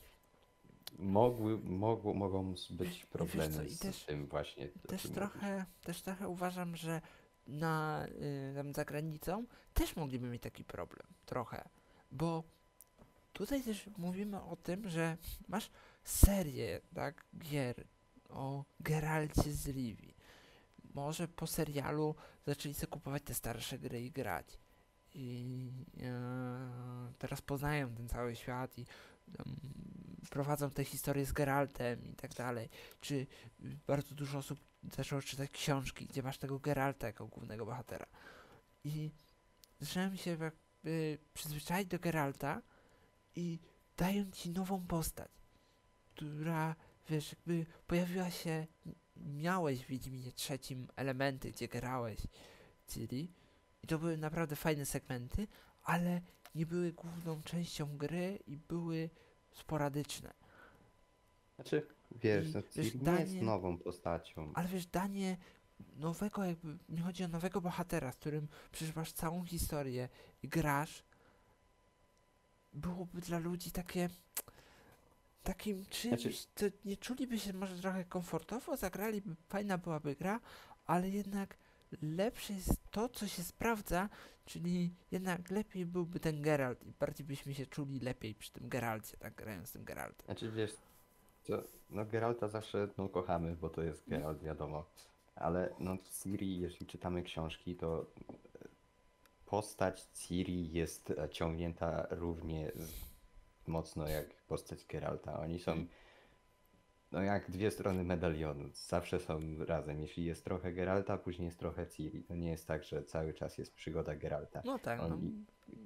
mogą być I wiesz co, problemy z tym właśnie, o czym mówisz. też trochę uważam, że tam za granicą też mogliby mieć taki problem, trochę, bo tutaj też mówimy o tym, że masz serię, tak, gier o Geralcie z Rivii. Może po serialu zaczęli sobie kupować te starsze gry i grać. I teraz poznają ten cały świat i prowadzą te historie z Geraltem i tak dalej. Czy bardzo dużo osób zaczęło czytać książki, gdzie masz tego Geralta jako głównego bohatera. I zacząłem się jakby przyzwyczaić do Geralta i dają ci nową postać, która, wiesz, jakby pojawiła się, miałeś w Wiedźminie trzecim elementy, gdzie grałeś Ciri i to były naprawdę fajne segmenty, ale nie były główną częścią gry i były sporadyczne. Znaczy, wiesz, I no, wiesz, Ciri nie jest nową postacią. ale wiesz, danie nowego jakby, mi chodzi o nowego bohatera, z którym przeżywasz całą historię i grasz, byłoby dla ludzi takim Znaczy, czymś, co nie czuliby się może trochę komfortowo, zagraliby, fajna byłaby gra, ale jednak lepsze jest to, co się sprawdza, czyli jednak lepiej byłby ten Geralt i bardziej byśmy się czuli lepiej przy tym Geralcie, tak grając z tym Geraltem. wiesz, no Geralta zawsze no, kochamy, bo to jest Mm. Geralt, wiadomo. Ale no Ciri, jeśli czytamy książki, to postać Ciri jest ciągnięta równie mocno jak postać Geralta. Oni są Mm. no jak dwie strony medalionu. Zawsze są razem. Jeśli jest trochę Geralta, później jest trochę Ciri. To nie jest tak, że cały czas jest przygoda Geralta. No tak, no, Oni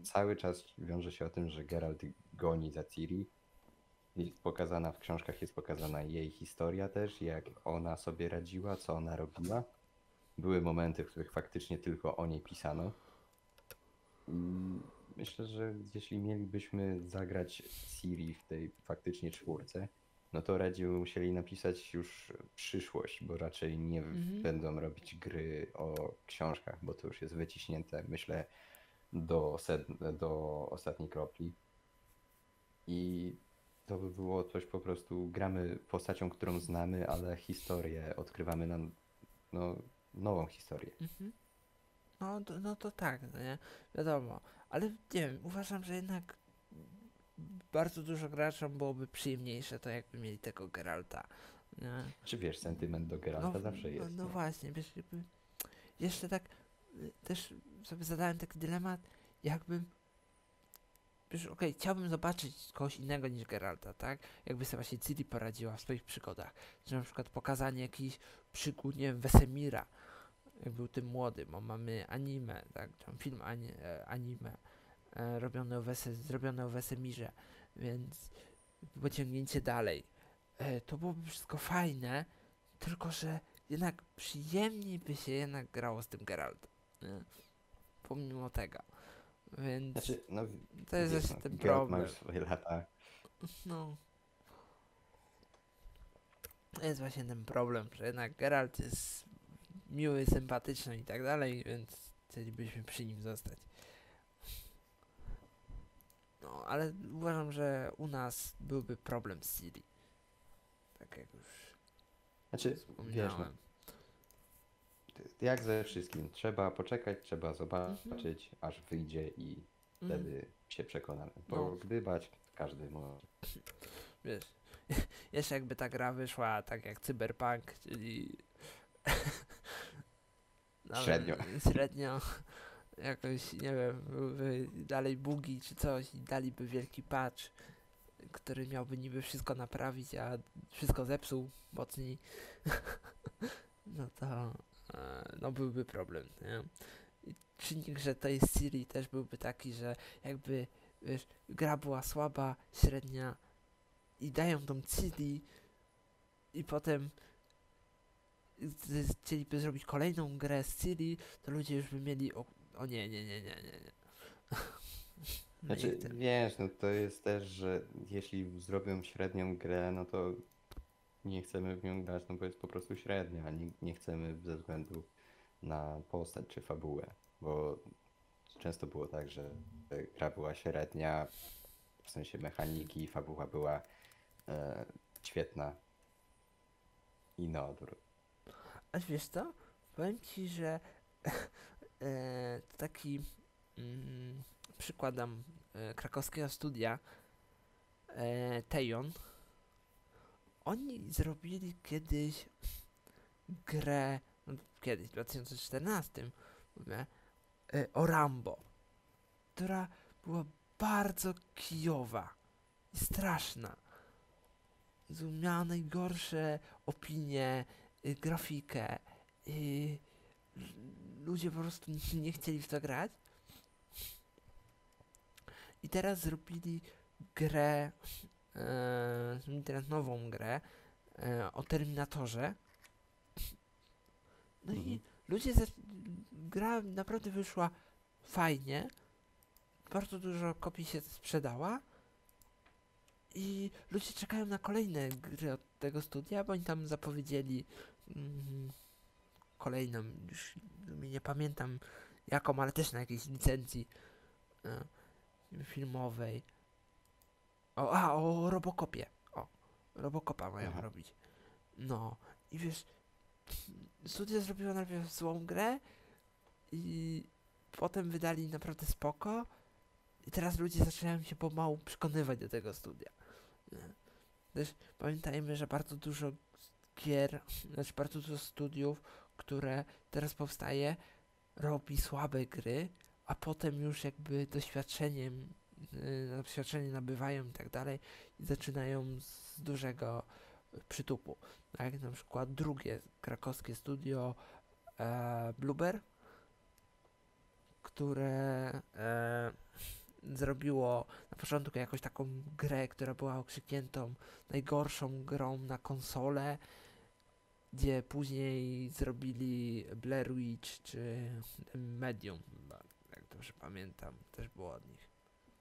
cały czas wiąże się o tym, że Geralt goni za Ciri. Jest pokazana w książkach, jest pokazana jej historia też, jak ona sobie radziła, co ona robiła. Były momenty, w których faktycznie tylko o niej pisano. Myślę, że jeśli mielibyśmy zagrać Ciri w tej faktycznie czwórce, no to radziej musieli napisać już przyszłość, bo raczej nie Mhm. będą robić gry o książkach, bo to już jest wyciśnięte, myślę, do ostatniej kropli. I to by było coś po prostu, gramy postacią, którą znamy, ale historię odkrywamy na no, nową historię. Mhm. No to tak, no nie? Wiadomo. Ale nie wiem, uważam, że jednak bardzo dużo graczom byłoby przyjemniejsze to, jakby mieli tego Geralta. Nie? Czy wiesz, sentyment do Geralta zawsze jest, No nie? właśnie, wiesz, jakby jeszcze tak też sobie zadałem taki dylemat, jakbym, wiesz, okej, chciałbym zobaczyć kogoś innego niż Geralta, tak? Jakby sobie właśnie Ciri poradziła w swoich przygodach. Czy na przykład pokazanie jakichś przygód, nie wiem, Wesemira, jak był tym młodym, bo mamy anime, tak? Tam film anime zrobione o Wesemirze, więc pociągnięcie dalej. To byłoby wszystko fajne, tylko że jednak przyjemniej by się jednak grało z tym Geraltem, nie? Pomimo tego. Więc Znaczy, no to jest wiesz, właśnie no, ten Geralt ma już problem. swoje lata. No, to jest właśnie ten problem, że jednak Geralt jest miły, sympatyczny i tak dalej, więc chcielibyśmy przy nim zostać. No, ale uważam, że u nas byłby problem z Ciri. Tak jak już Znaczy, wiesz, no, wspominałem. jak ze wszystkim, trzeba poczekać, trzeba Mhm, zobaczyć, aż wyjdzie i mhm. wtedy się przekonamy. No, Bo gdybać każdy może. wiesz, jeszcze jakby ta gra wyszła tak jak Cyberpunk, czyli nawet Średnio. średnio jakoś, nie wiem, byłyby dalej bugi czy coś i daliby wielki patch, który miałby niby wszystko naprawić, a wszystko zepsuł mocniej, no to no byłby problem, nie? I czynnik, że to jest Siri też byłby taki, że jakby, wiesz, gra była słaba, średnia i dają tą Ciri i potem chcieliby zrobić kolejną grę z Ciri, to ludzie już by mieli o nie. No i Znaczy, ten. wiesz, no to jest też, że jeśli zrobią średnią grę, no to nie chcemy w nią grać, no bo jest po prostu średnia, a nie chcemy ze względu na postać czy fabułę, bo często było tak, że gra była średnia, w sensie mechaniki, fabuła była e, świetna i na odwrót. A wiesz co? Powiem ci, że to taki mm, przykładam krakowskiego studia Tejon. Oni zrobili kiedyś grę, no, kiedyś, w 2014, mówię, o Rambo, która była bardzo kijowa i straszna. Miała najgorsze opinie, grafikę. y, Ludzie po prostu nie chcieli w to grać. I teraz zrobili grę, teraz nową grę o Terminatorze. No Mhm. i gra naprawdę wyszła fajnie. Bardzo dużo kopii się sprzedała. I ludzie czekają na kolejne gry od tego studia, bo oni tam zapowiedzieli mm, kolejną, już nie pamiętam jaką, ale też na jakiejś licencji filmowej. O Robocopie. O, Robocopa mają Aha. robić. No, i wiesz, studio zrobiło najpierw złą grę i potem wydali naprawdę spoko i teraz ludzie zaczynają się pomału przekonywać do tego studia. Nie? Też pamiętajmy, że bardzo dużo gier, znaczy bardzo dużo studiów, które teraz powstaje, robi słabe gry, a potem już jakby doświadczenie nabywają i tak dalej i zaczynają z dużego przytupu. Tak, na przykład drugie krakowskie studio Blueber, które zrobiło na początku jakąś taką grę, która była okrzykniętą najgorszą grą na konsolę, gdzie później zrobili Blair Witch czy Medium, chyba, jak dobrze pamiętam, też było od nich.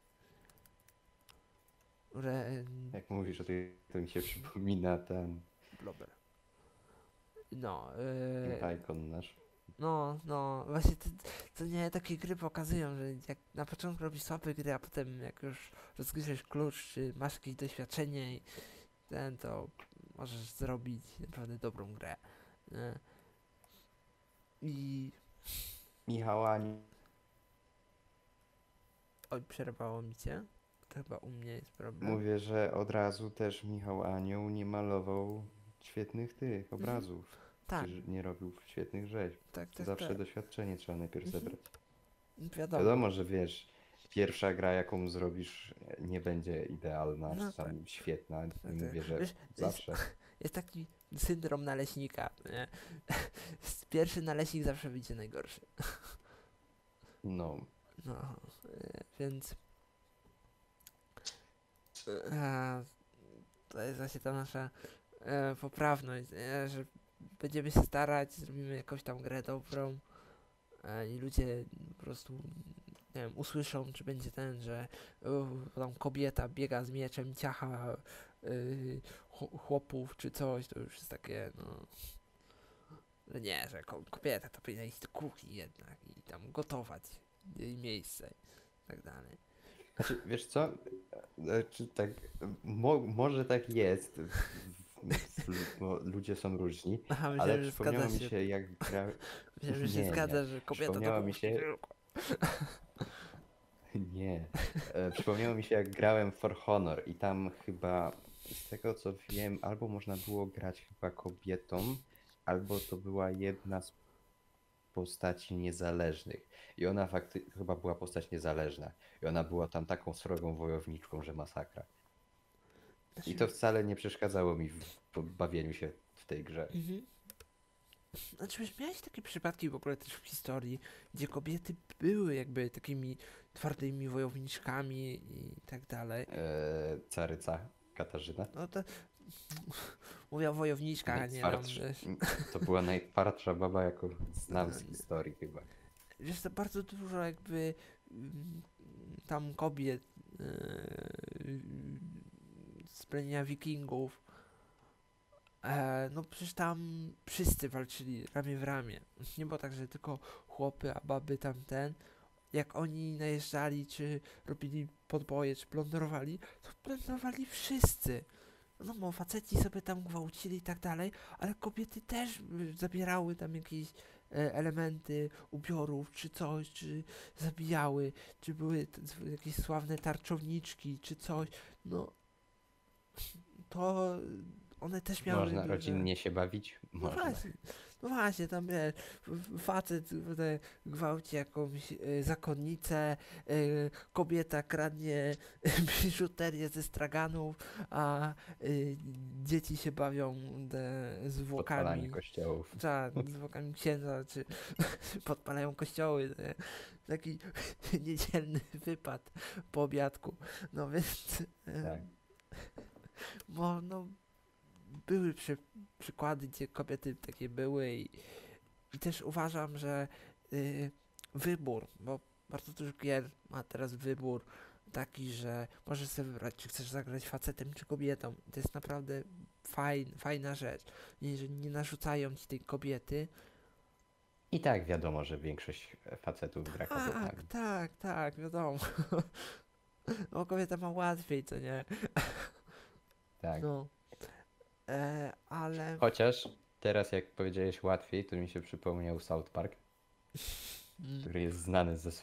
Re... Jak mówisz o tej, to mi się przypomina ten Blobber. No, ikon nasz. no, właśnie to nie takie gry pokazują, że jak na początku robisz słabe gry, a potem jak już rozgryziesz klucz, czy masz jakieś doświadczenie i to możesz zrobić naprawdę dobrą grę. Nie? I Michał Ani. oj, przerwało mi cię. To chyba u mnie jest problem. Mówię, że od razu też Michał Anioł nie malował świetnych tych Mhm. obrazów. Tak, Czy nie robił świetnych rzeźb. tak, Zawsze tak. doświadczenie trzeba najpierw Mhm. zebrać. Wiadomo. Wiadomo, że wiesz, pierwsza gra jaką zrobisz nie będzie idealna, No czy tam tak, świetna. Nie tak. mówię, że Wiesz, zawsze. jest taki syndrom naleśnika, nie? Pierwszy naleśnik zawsze wyjdzie najgorszy. No, No, więc e, to jest właśnie ta nasza poprawność, nie? Że będziemy się starać, zrobimy jakąś tam grę dobrą i ludzie po prostu, nie wiem, usłyszą, czy będzie ten, że tam kobieta biega z mieczem, ciacha chłopów, czy coś, to już jest takie, no, że nie, że kobieta to powinna iść do kuchni jednak i tam gotować jej miejsce i tak dalej. znaczy, wiesz co? Czy tak, może tak jest, bo ludzie są różni, Aha, ale myślałem, że przypomniało zgadza mi się. się jak grałem. Myślałem, że się Nie, nie. zgadza, że kobieta do Przypomniało mi kuchni się. tylko. Nie. Przypomniało mi się jak grałem w For Honor i tam chyba z tego co wiem, albo można było grać chyba kobietą, albo to była jedna z postaci niezależnych. I ona chyba była postać niezależna. I ona była tam taką srogą wojowniczką, że masakra. I to wcale nie przeszkadzało mi w bawieniu się w tej grze. Mhm. Znaczy, wiesz, miałeś takie przypadki w ogóle też w historii, gdzie kobiety były jakby takimi twardymi wojowniczkami i tak dalej. Caryca Katarzyna. No to mówię o wojowniczkach, a nie tam, wiesz. To była najtwardsza baba, jaką znam z historii chyba. Wiesz, to bardzo dużo jakby tam kobiet z plemienia wikingów. No przecież tam wszyscy walczyli ramię w ramię. Nie było tak, że tylko chłopy, a baby tamten. Jak oni najeżdżali, czy robili podboje, czy plądrowali, to plądrowali wszyscy. No bo faceci sobie tam gwałcili i tak dalej, ale kobiety też zabierały tam jakieś elementy ubiorów, czy coś, czy zabijały, czy były jakieś sławne tarczowniczki, czy coś. No to one też miały Można duże... rodzinnie się bawić? No Można. właśnie, no właśnie, tam wiesz, facet gwałci jakąś zakonnicę, kobieta kradnie biżuterię ze straganów, a dzieci się bawią zwłokami, Podpalanie kościołów. zwłokami księdza, czy podpalają kościoły, nie? Taki niedzielny wypad po obiadku, no więc, Tak. bo no były przykłady, gdzie kobiety takie były i też uważam, że wybór, bo bardzo dużo gier ma teraz wybór taki, że możesz sobie wybrać, czy chcesz zagrać facetem, czy kobietą. I to jest naprawdę fajna rzecz. Jeżeli nie narzucają ci tej kobiety. I tak wiadomo, że większość facetów gra kobietami. Tak, wiadomo. No kobieta ma łatwiej, co nie? Tak. No. Ale... Chociaż teraz jak powiedziałeś łatwiej, to mi się przypomniał South Park, Mm. który jest znany ze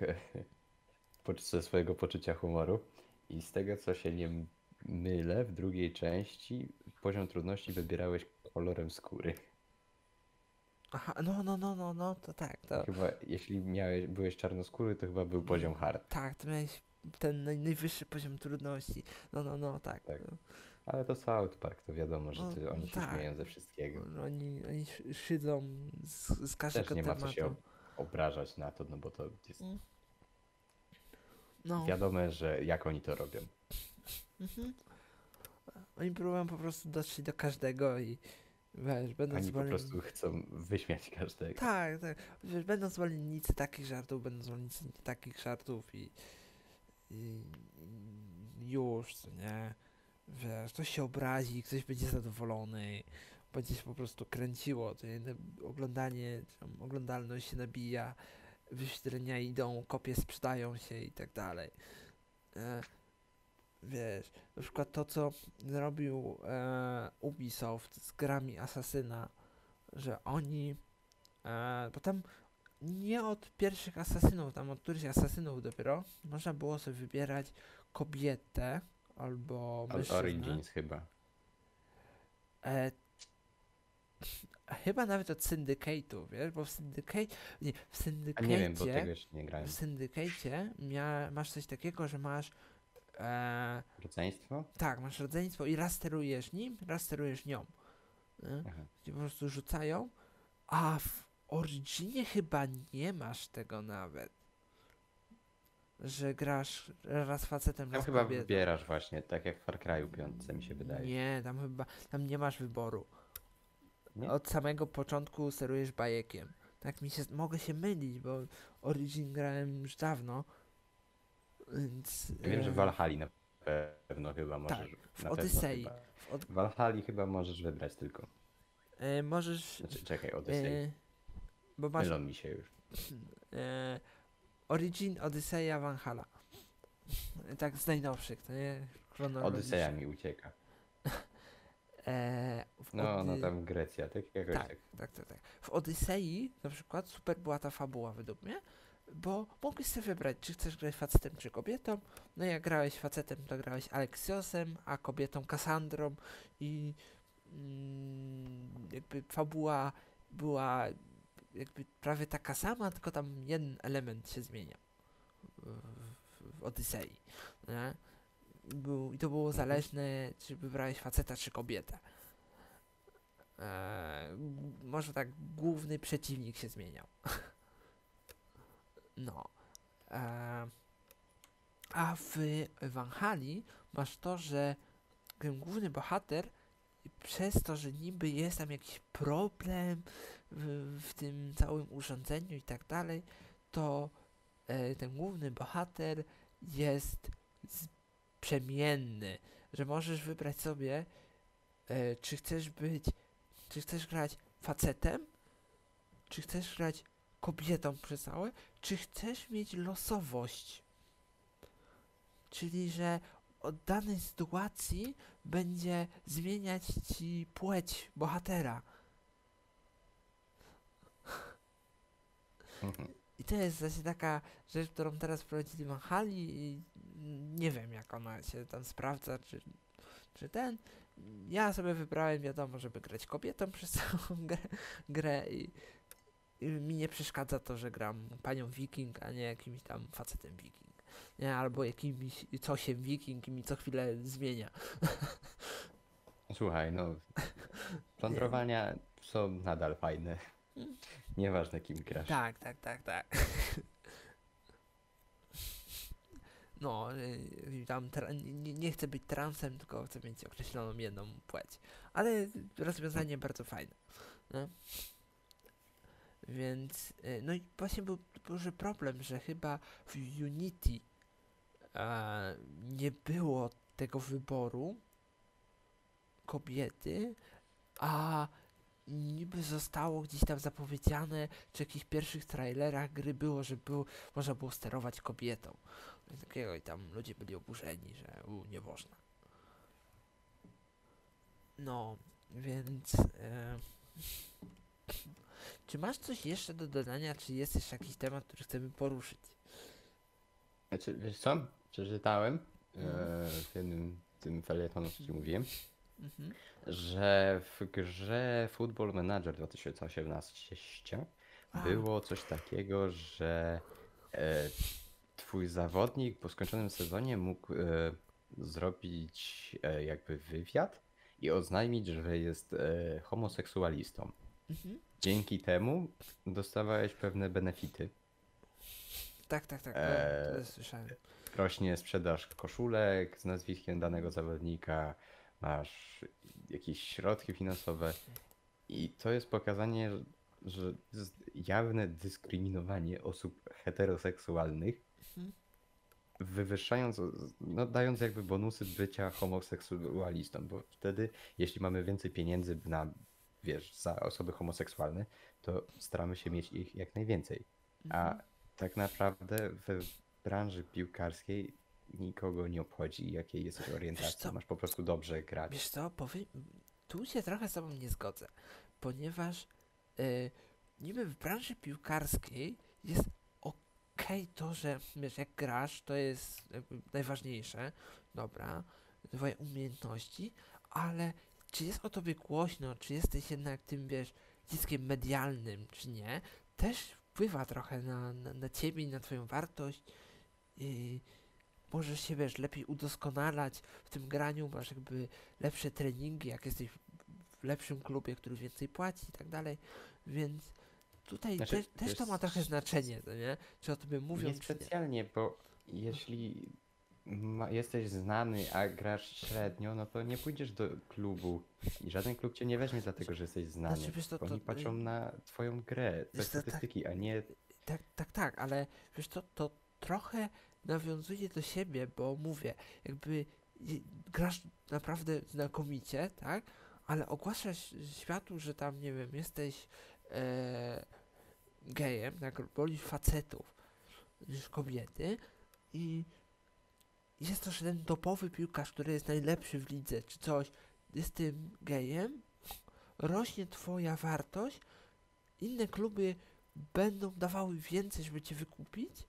ze swojego poczucia humoru. I z tego co się nie mylę, w drugiej części poziom trudności wybierałeś kolorem skóry. Aha, no, to tak, to... Chyba jeśli byłeś czarnoskóry, to chyba był poziom hard. Tak, to miałeś ten najwyższy poziom trudności. No, tak. Tak. Ale to South Park, to wiadomo, że No, oni się tak. śmieją ze wszystkiego. No, oni szydzą z każdego Też nie ma tematu. co się obrażać na to, no bo to jest... Mm. No. Wiadome, że jak oni to robią. Mhm. Oni próbują po prostu dotrzeć do każdego i wiesz, będą Oni po zwolennicy. prostu chcą wyśmiać każdego. Tak, tak. Wiesz, będą zwolennicy takich żartów, będą zwolennicy takich żartów i już, co nie? Wiesz, ktoś się obrazi, ktoś będzie zadowolony, będzie się po prostu kręciło, to nie? Oglądanie, tam, oglądalność się nabija, wyświetlenia idą, kopie sprzedają się i tak dalej. E, Wiesz, na przykład to, co zrobił Ubisoft z grami Asasyna, że oni, bo tam nie od pierwszych asasynów, tam od którychś asasynów dopiero, można było sobie wybierać kobietę albo mężczyznę. Origins chyba. E, Chyba nawet od Syndicate'u, wiesz, bo w Syndicate, nie, w A nie wiem, bo Syndicate'cie, tego jeszcze nie grałem. w Syndicate'cie masz coś takiego, że masz, Rodzeństwo? tak, masz rodzeństwo i raz sterujesz nim, raz sterujesz nią. Nie? Aha. Ci po prostu rzucają, a w Originie chyba nie masz tego nawet, że grasz raz facetem, Tam raz chyba kobietą. wybierasz właśnie, tak jak w Far Cry'u 5 mi się wydaje. Nie, tam nie masz wyboru. Nie? Od samego początku sterujesz bajekiem. Tak mogę się mylić, bo Origin grałem już dawno, więc... Wiem, że w Valhalla na pewno chyba tak, możesz. w Na Odyssey. Pewno chyba. W Valhalla chyba możesz wybrać tylko. Możesz... Znaczy, czekaj, Odyssey. Bo masz Mylą mi się już. Origin, Odyseja, Valhalla. Tak z najnowszych, to nie? Chronologicznie. Odyseja mi ucieka. No tam Grecja, tak? Jakoś Tak, tak. W Odysei na przykład super była ta fabuła według mnie, bo mogłeś sobie wybrać, czy chcesz grać facetem, czy kobietą. No jak grałeś facetem, to grałeś Aleksiosem, a kobietą Kassandrą i jakby fabuła była jakby prawie taka sama, tylko tam jeden element się zmienia w Odysei. Nie? I to było zależne, czy wybrałeś faceta, czy kobietę. Może tak główny przeciwnik się zmieniał. No. A w Valhalli masz to, że ten główny bohater przez to, że niby jest tam jakiś problem w tym całym urządzeniu i tak dalej, to ten główny bohater jest przemienny, że możesz wybrać sobie, czy chcesz grać facetem, czy chcesz grać kobietą przez całe, czy chcesz mieć losowość. Czyli, że od danej sytuacji będzie zmieniać ci płeć bohatera. I to jest właśnie taka rzecz, którą teraz wprowadzili Valhalli i nie wiem, jak ona się tam sprawdza, czy ten. Ja sobie wybrałem, wiadomo, żeby grać kobietą przez całą grę i mi nie przeszkadza to, że gram panią wiking, a nie jakimś tam facetem wiking. Nie, albo jakimś cosiem wiking i mi co chwilę zmienia. Słuchaj, no. Plądrowania są nadal fajne. Nieważne kim grasz. Tak. No, tam nie chcę być transem, tylko chcę mieć określoną jedną płeć. Ale rozwiązanie bardzo fajne. No. Więc, no i właśnie był duży problem, że chyba w Unity nie było tego wyboru kobiety, a niby zostało gdzieś tam zapowiedziane, czy w jakichś pierwszych trailerach gry było, że można było sterować kobietą. I takiego i tam ludzie byli oburzeni, że nie można. No, więc czy masz coś jeszcze do dodania, czy jest jeszcze jakiś temat, który chcemy poruszyć? Znaczy, wiesz co? Przeczytałem w jednym tym felietonu, co ci mówiłem, że w grze Football Manager 2018 było coś takiego, że twój zawodnik po skończonym sezonie mógł zrobić jakby wywiad i oznajmić, że jest homoseksualistą. Dzięki temu dostawałeś pewne benefity. tak, to E, też słyszałem. Rośnie sprzedaż koszulek z nazwiskiem danego zawodnika, masz jakieś środki finansowe i to jest pokazanie, że jest jawne dyskryminowanie osób heteroseksualnych, Mhm. wywyższając, no dając jakby bonusy bycia homoseksualistą, bo wtedy, jeśli mamy więcej pieniędzy na, wiesz, za osoby homoseksualne, to staramy się mieć ich jak najwięcej. Mhm. A tak naprawdę w branży piłkarskiej nikogo nie obchodzi, jakiej jesteś Wiesz orientacji. co, Masz po prostu dobrze grać. powiem, tu się trochę z tobą nie zgodzę, ponieważ y, niby w branży piłkarskiej jest okej to, że wiesz, jak grasz, to jest jakby najważniejsze, dobra, twoje umiejętności, ale czy jest o tobie głośno, czy jesteś jednak tym, wiesz, dziskiem medialnym, czy nie, też wpływa trochę na ciebie i na twoją wartość. I możesz się, wiesz, lepiej udoskonalać w tym graniu, masz jakby lepsze treningi, jak jesteś w lepszym klubie, który więcej płaci i tak dalej, więc tutaj Znaczy, też wiesz, to ma trochę znaczenie, no nie? Czy o tobie mówią, czy nie. niespecjalnie, bo jeśli jesteś znany, a grasz średnio, no to nie pójdziesz do klubu i żaden klub cię nie weźmie dlatego, że jesteś Znaczy, znany. wiesz, Bo oni patrzą na twoją grę, te wiesz, tak, statystyki, a nie... tak, ale wiesz, to trochę nawiązuje do siebie, bo mówię, jakby grasz naprawdę znakomicie, tak? Ale ogłaszasz światu, że tam, nie wiem, jesteś e, gejem, tak? Wolisz facetów niż kobiety i jest to ten topowy piłkarz, który jest najlepszy w lidze, czy coś, jest tym gejem, rośnie twoja wartość, inne kluby będą dawały więcej, żeby cię wykupić,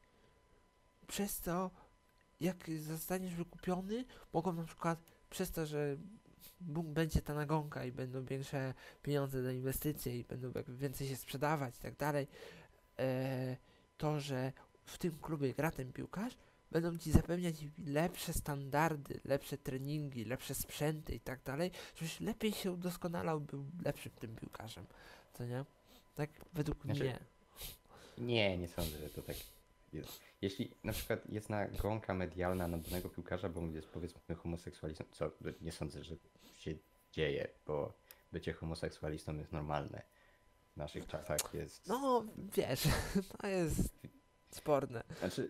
przez co jak zostaniesz wykupiony, mogą na przykład przez to, że będzie ta nagonka i będą większe pieniądze na inwestycje i będą jakby więcej się sprzedawać i tak dalej, to, że w tym klubie gra ten piłkarz, będą ci zapewniać lepsze standardy, lepsze treningi, lepsze sprzęty i tak dalej, żebyś lepiej się udoskonalał, był lepszym tym piłkarzem, co nie? Tak według Znaczy, mnie. nie sądzę, że to tak jest. Jeśli na przykład jest nagonka medialna na danego piłkarza, bo on jest powiedzmy homoseksualistą, co nie sądzę, że się dzieje, bo bycie homoseksualistą jest normalne. W naszych czasach jest... No, wiesz, to jest sporne. Znaczy,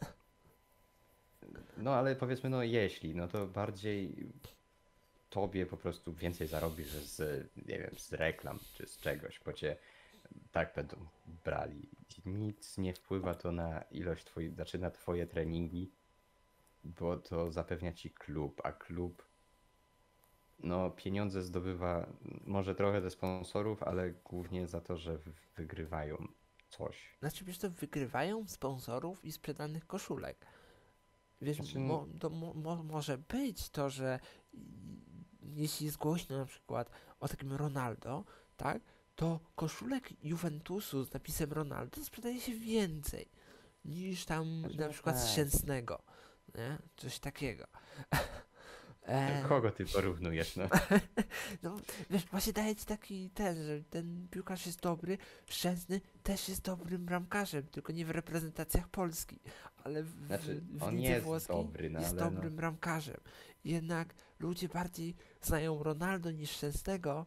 no ale powiedzmy, no jeśli, no to bardziej tobie po prostu więcej zarobisz z, nie wiem, z reklam czy z czegoś, bo cię tak będą brali. Nic nie wpływa to na ilość twoich, znaczy na twoje treningi, bo to zapewnia ci klub, a klub no pieniądze zdobywa może trochę ze sponsorów, ale głównie za to, że wygrywają coś. Znaczy, wiesz, to wygrywają sponsorów i sprzedanych koszulek. Wiesz, Znaczy, może być to, że jeśli jest głośno na przykład o takim Ronaldo, tak, to koszulek Juventusu z napisem Ronaldo sprzedaje się więcej niż tam na no przykład z tak. Szczęsnego, nie? Coś takiego. E, Kogo ty porównujesz, no? no, wiesz, właśnie daje ci taki ten, że ten piłkarz jest dobry, Szczęsny też jest dobrym bramkarzem, tylko nie w reprezentacjach Polski, ale Znaczy, w on lidze jest włoskiej dobry, no jest ale no. dobrym bramkarzem. Jednak ludzie bardziej znają Ronaldo niż Szczęsnego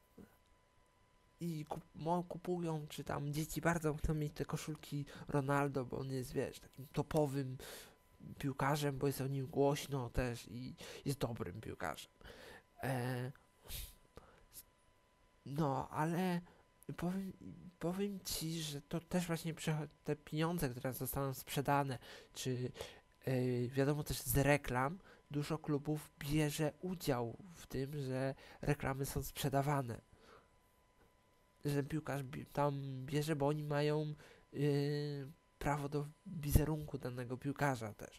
i kupują, czy tam dzieci bardzo chcą mieć te koszulki Ronaldo, bo on jest, wiesz, takim topowym piłkarzem, bo jest o nim głośno też i jest dobrym piłkarzem. E, No, ale powiem, powiem ci, że to też właśnie te pieniądze, które zostaną sprzedane, czy wiadomo też z reklam, dużo klubów bierze udział w tym, że reklamy są sprzedawane. Że ten piłkarz tam bierze, bo oni mają prawo do wizerunku danego piłkarza też.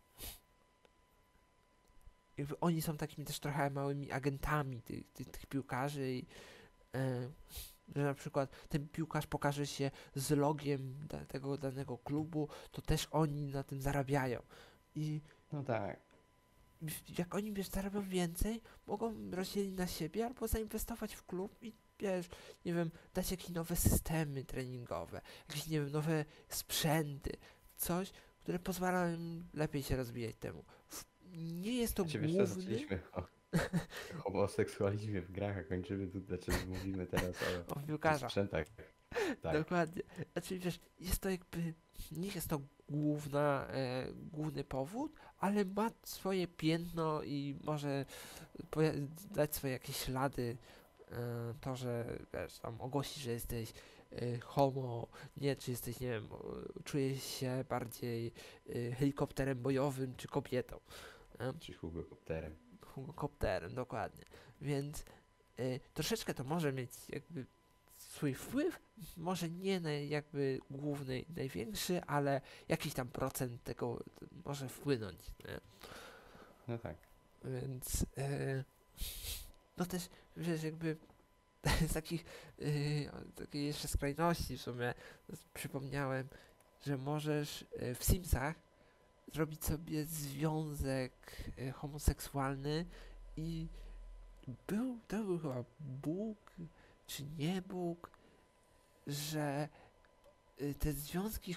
Jakby oni są takimi też trochę małymi agentami tych piłkarzy i e, że na przykład ten piłkarz pokaże się z logiem tego danego klubu, to też oni na tym zarabiają. I No tak. jak oni, wiesz, zarabią więcej, mogą rozdzielić na siebie albo zainwestować w klub i, wiesz, nie wiem, dać jakieś nowe systemy treningowe, jakieś, nie wiem, nowe sprzęty. coś, które pozwala im lepiej się rozwijać temu. Nie jest to Znaczy, wiesz co, główny... zaczęliśmy o homoseksualizmie w grach, a kończymy tu, znaczy mówimy teraz O o piłkarzach. sprzętach. Tak, Dokładnie. Znaczy wiesz, jest to jakby, nie jest to główny powód, ale ma swoje piętno i może dać swoje jakieś ślady. To, że wiesz, tam ogłosisz, że jesteś homo, nie, czy jesteś, nie wiem, czujesz się bardziej helikopterem bojowym, czy kobietą. czy hugokopterem. Kopterem, dokładnie. Więc troszeczkę to może mieć jakby swój wpływ, może nie jakby główny, największy, ale jakiś tam procent tego może wpłynąć, nie? No tak. Więc no też, wiesz, jakby z takiej jeszcze skrajności w sumie przypomniałem, że możesz w Simsach zrobić sobie związek homoseksualny i to był chyba Bóg, czy nie Bóg, że te związki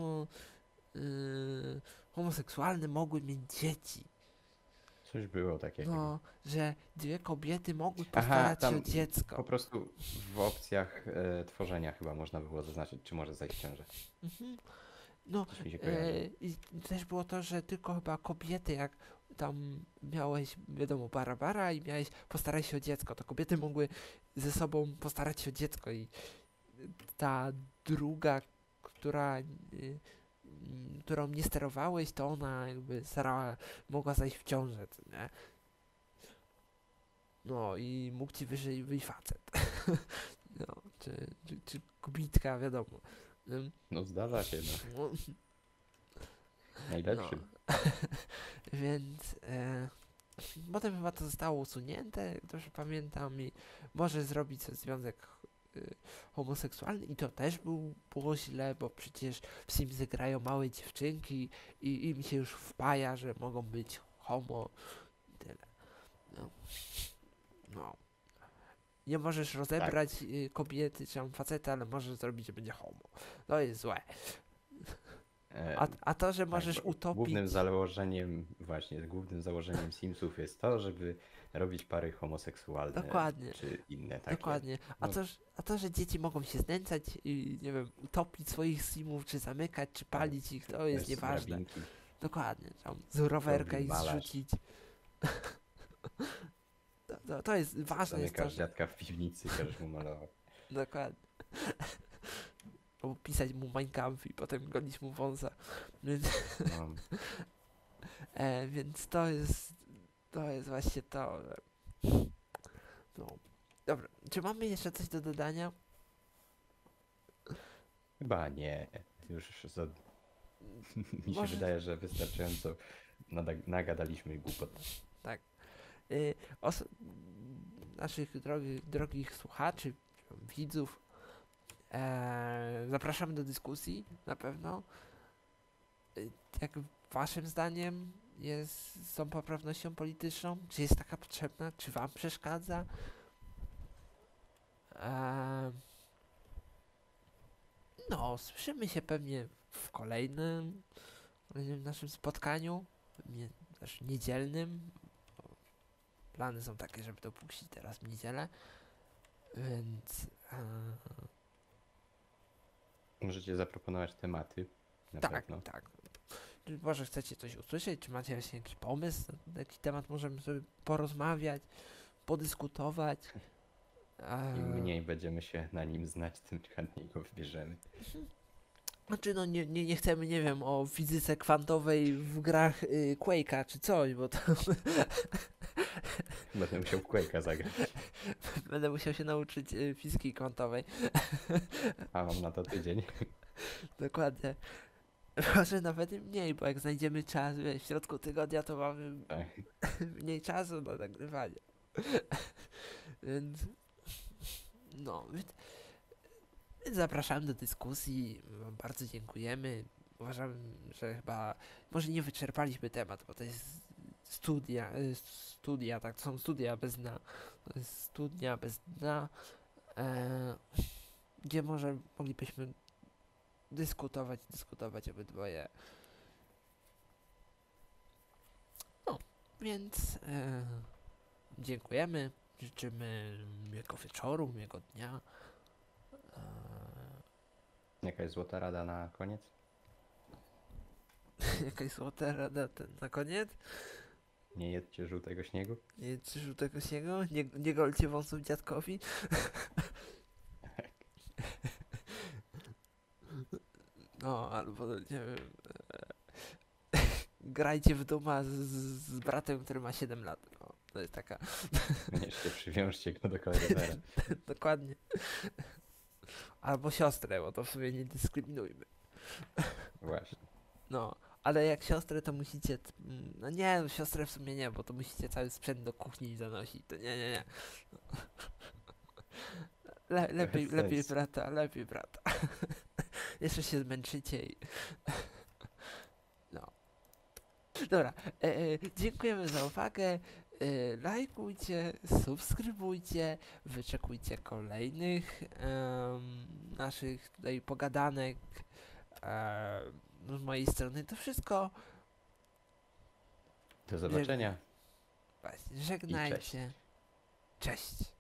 homoseksualne mogły mieć dzieci. Coś było takiego. No, że dwie kobiety mogły Aha, postarać się o tam dziecko. po prostu w opcjach tworzenia chyba można było zaznaczyć, czy może zajść w ciążę. Mhm. No, Coś mi się kojarzy. i też było to, że tylko chyba kobiety, jak tam miałeś, wiadomo, bara i miałeś postarać się o dziecko, to kobiety mogły ze sobą postarać się o dziecko i ta druga, którą nie sterowałeś, to ona jakby mogła zajść w ciążę, co nie? No i mógł ci wyjść facet. No, czy kobitka, wiadomo. No zdarza się, no. No, Najlepszy. więc potem chyba to zostało usunięte, jak dobrze pamiętam, i może zrobić sobie związek homoseksualny i to też było źle, bo przecież w Simsy grają małe dziewczynki i im się już wpaja, że mogą być homo. Tyle. No. No. Nie możesz rozebrać kobiety czy tam faceta, ale możesz zrobić, że będzie homo. To jest złe. A to, że Tak, możesz bo utopić... głównym założeniem Simsów jest to, żeby robić pary homoseksualne, Dokładnie. czy inne takie. Dokładnie. No, A to, że dzieci mogą się znęcać i nie wiem, utopić swoich simów, czy zamykać, czy palić ich, to jest bez nieważne. drabinki, Dokładnie. Tam z rowerka ich malarz. zrzucić. To jest ważne, jest to, Zamykasz że... dziadka w piwnicy, każesz mu malować. Dokładnie. Albo pisać mu Mein Kampf i potem gonić mu wąsa. Więc, No, więc to jest właśnie to. No. Dobra, czy mamy jeszcze coś do dodania? chyba nie. Już mi się Może- wydaje, że wystarczająco nagadaliśmy głupot. Tak. Naszych drogich słuchaczy, widzów, zapraszamy do dyskusji na pewno. Jak waszym zdaniem jest z tą poprawnością polityczną? Czy jest taka potrzebna? Czy wam przeszkadza? No, słyszymy się pewnie w kolejnym naszym spotkaniu, pewnie też niedzielnym. Plany są takie, żeby to puścić teraz w niedzielę, więc Możecie zaproponować tematy, na tak, pewno. tak. Czy może chcecie coś usłyszeć, czy macie właśnie jakiś pomysł, na jaki temat możemy sobie porozmawiać, podyskutować. Im mniej będziemy się na nim znać, tym chętniej go wybierzemy. Znaczy, no nie chcemy, nie wiem, o fizyce kwantowej w grach Quake'a czy coś, bo to Będę musiał w Quake'a zagrać, będę musiał się nauczyć fizyki kwantowej. a mam na to tydzień. Dokładnie. Może nawet i mniej, bo jak znajdziemy czas, wiesz, w środku tygodnia, to mamy Tak. mniej czasu na nagrywanie. Więc no, więc zapraszamy do dyskusji. Wam bardzo dziękujemy. Uważam, że chyba może nie wyczerpaliśmy temat, bo to jest studia, tak, to są studia bez dna. To jest studnia bez dna, gdzie może moglibyśmy dyskutować obydwoje. No, więc dziękujemy, życzymy miłego wieczoru, miłego dnia. Jakaś złota rada na koniec? Jakaś złota rada na koniec? Nie jedzcie żółtego śniegu? Nie jedźcie żółtego śniegu? Nie golcie wąsów dziadkowi? No, albo nie wiem. Grajcie w Duma z bratem, który ma 7 lat. No, to jest taka. Koniecznie przywiążcie go do klawiatury. Dokładnie. Albo siostrę, bo to w sumie nie dyskryminujmy. Właśnie. No, ale jak siostrę to musicie. No nie, no siostrę w sumie nie, bo to musicie cały sprzęt do kuchni zanosić. To nie. Lepiej sensu. lepiej brata. Jeszcze się zmęczycie i. No. Dobra, dziękujemy za uwagę. Lajkujcie, subskrybujcie, wyczekujcie kolejnych naszych tutaj pogadanek. Z mojej strony to wszystko. Do zobaczenia. Właśnie, żegnajcie. Cześć.